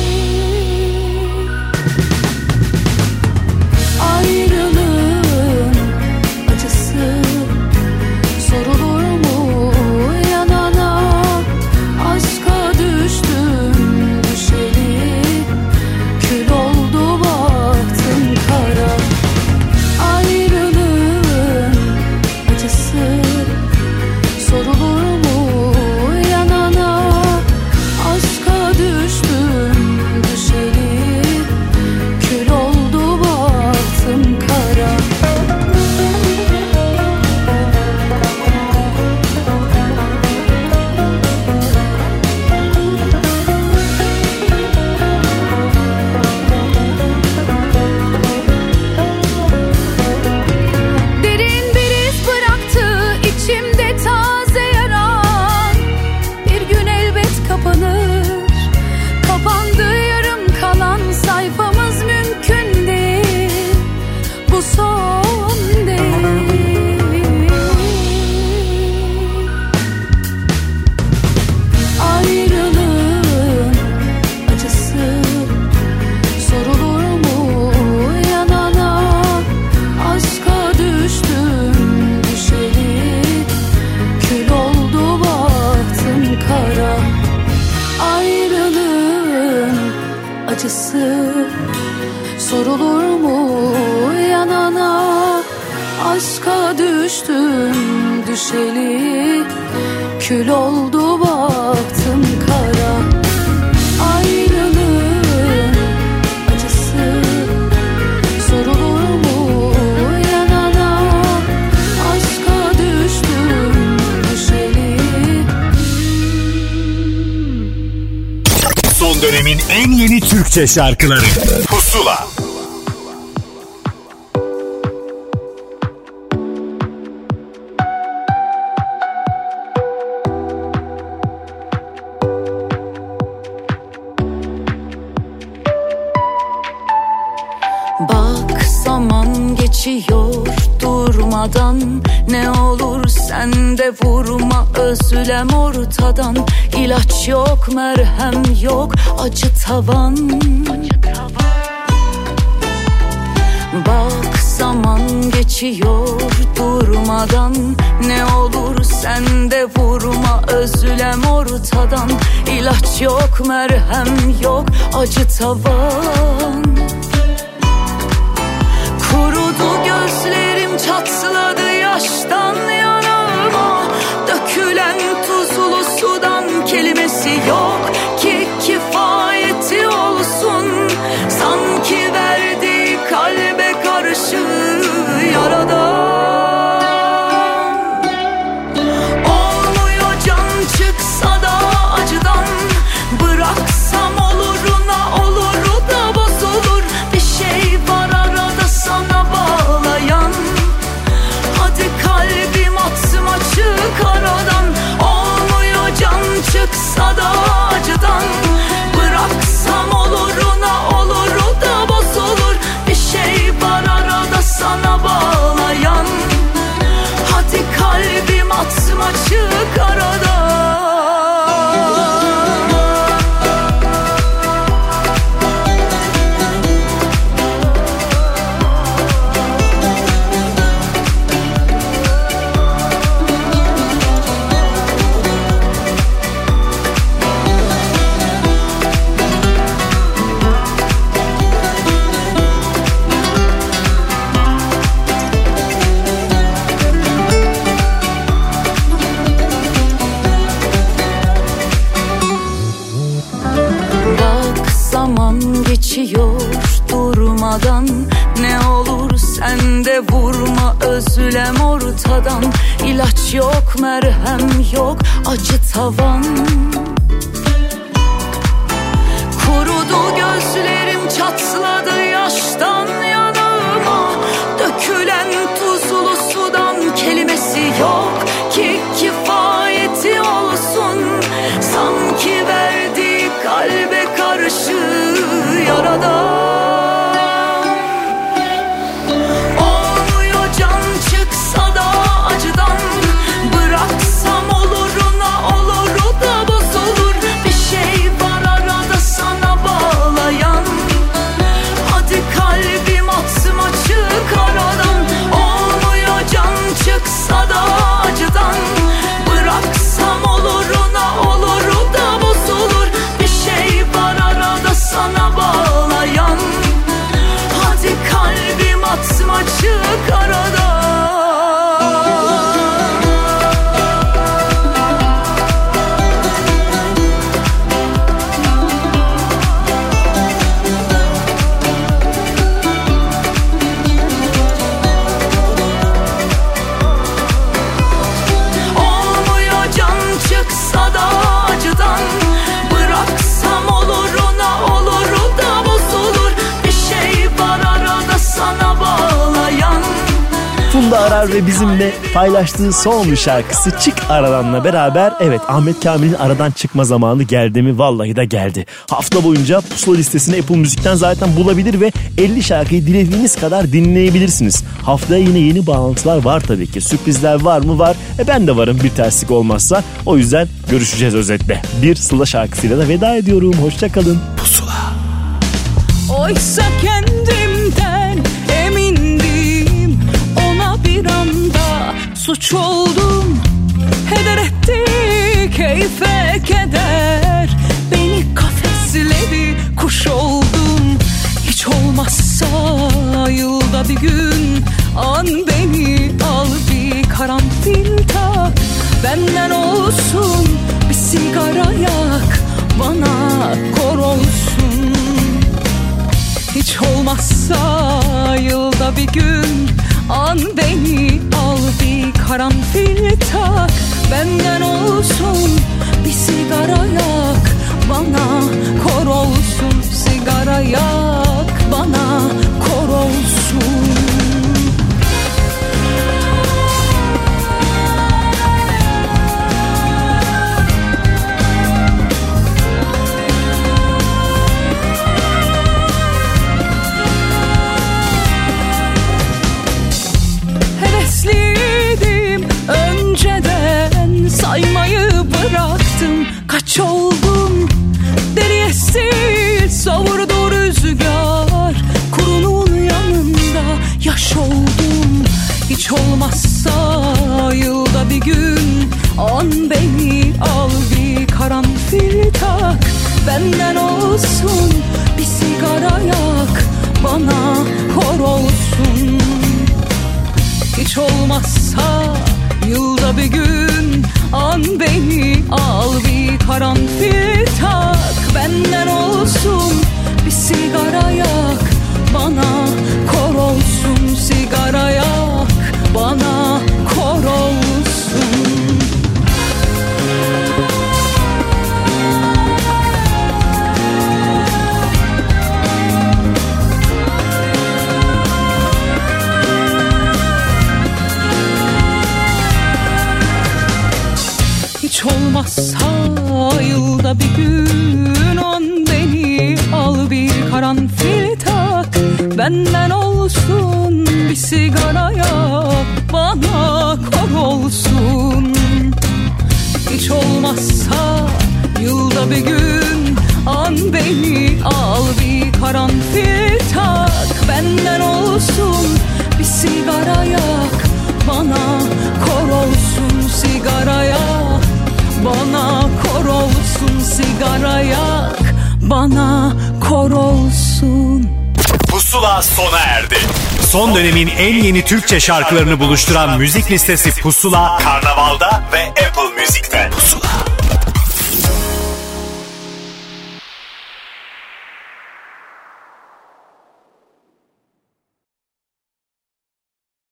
Ayrılığın acısı sorulur mu yanana? Aşka düştüm düşeli, kül oldu baktım kara. Ayrılığın acısı sorulur mu yanana? Aşka düştüm düşeli, kül oldu baktım kara. Derin bir iz bıraktı içimde taze yaran. Bir gün elbet kapanır, kapandı yarım kalan sayfamız mümkün değil. Bu son değil. Ayrılığın acısı sorulur mu yanana? Aşka düştüm düşeli, kül oldu baktım kara. Ayrılığın acısı sorulur mu yanana? Aşka düştüm düşeli, kül oldu baktım kara. Ayrılığın dönemin en yeni Türkçe şarkıları Pusula. Bak zaman geçiyor durmadan, ne olur sen de vurma, özlem ortadan. İlaç yok, merhem yok, acı tavan. Bak zaman geçiyor durmadan, ne olur sen de vurma, özlem ortadan. İlaç yok, merhem yok, acı tavan. Kurudu gözlerim, çatladı yaştan yanağıma. Dökülen tuzlu sudan kelimesi yok ki kifayeti olsun. Sanki verdiği kalbe karşı yaradan. Olmuyor can çıksa da acıdan, bıraksam oluruna oluru da bozulur. Bir şey var arada sana bağlayan, hadi kalbim atsım açık aradan. Olmuyor can çıksa da acıdan, bıraksam oluruna oluru da bozulur. Bir şey var arada sana bağlayan, hadi kalbim atsım açık aradan. Bak zaman geçiyor durmadan, ne olur sen de vurma, özlem ortadan. İlaç yok, merhem yok, acı tavan. Kurudu gözlerim, çatladı yaştan yanağıma. Dökülen tuzlu sudan kelimesi yok ki kifayeti olsun. Sanki verdiği kalbe karşı yaradan. Olmuyor can çıksa da acıdan, bıraksam oluruna oluru da bozulur. Bir şey var arada sana bağlayan, hadi kalbim atsım açık aradan. Olmuyor can çıksa da acıdan, bıraksam oluruna oluru da bozulur. Bir şey var arada sana bağlayan, hadi kalbim atsım açık aradan. Olmuyor can çıksa da acıdan, bıraksam oluruna oluru da bozulur. Bir şey var arada sana bağlayan. Funda Arar ve bizimle paylaştığı son şarkısı Çık Aradan'la beraber, evet, Ahmet Kamil'in aradan çıkma zamanı geldi mi? Vallahi da geldi. Hafta boyunca Pusula listesini Apple Müzik'ten zaten bulabilir ve 50 şarkıyı dilediğiniz kadar dinleyebilirsiniz. Haftaya yine yeni bağlantılar var tabii ki. Sürprizler var mı? Var. Ben de varım bir terslik olmazsa. O yüzden görüşeceğiz özetle. Bir Sıla şarkısıyla da veda ediyorum. Hoşçakalın. Pusula. Oysa kendimden emindim, ona bir anda suç oldum. Heder etti keyfe keder, beni kafesledi kuş oldum. Hiç olmazsa yılda bir gün an beni al, bir karanfil tak, benden olsun bir sigara yak, bana kor olsun. Hiç olmazsa yılda bir gün an beni al, bir karanfil tak, benden olsun bir sigara yak, bana kor olsun. karanfil tak, benden olsun bir sigara yak, bana kor olsun, sigara yak, bana kor olsun. Hiç olmazsa yılda bir gün on beni al, bir karanfil tak, benden olsun bir sigara yak, bana kor olsun. Hiç olmazsa yılda bir gün an beni al, bir karanfil tak, benden olsun bir sigara yak, bana kor olsun, sigara yak, bana kor olsun, sigara yak, bana kor olsun. Pusula sona erdi. Son dönemin en yeni Türkçe şarkılarını buluşturan müzik listesi Pusula, Karnaval'da ve Apple Music'te. Pusula.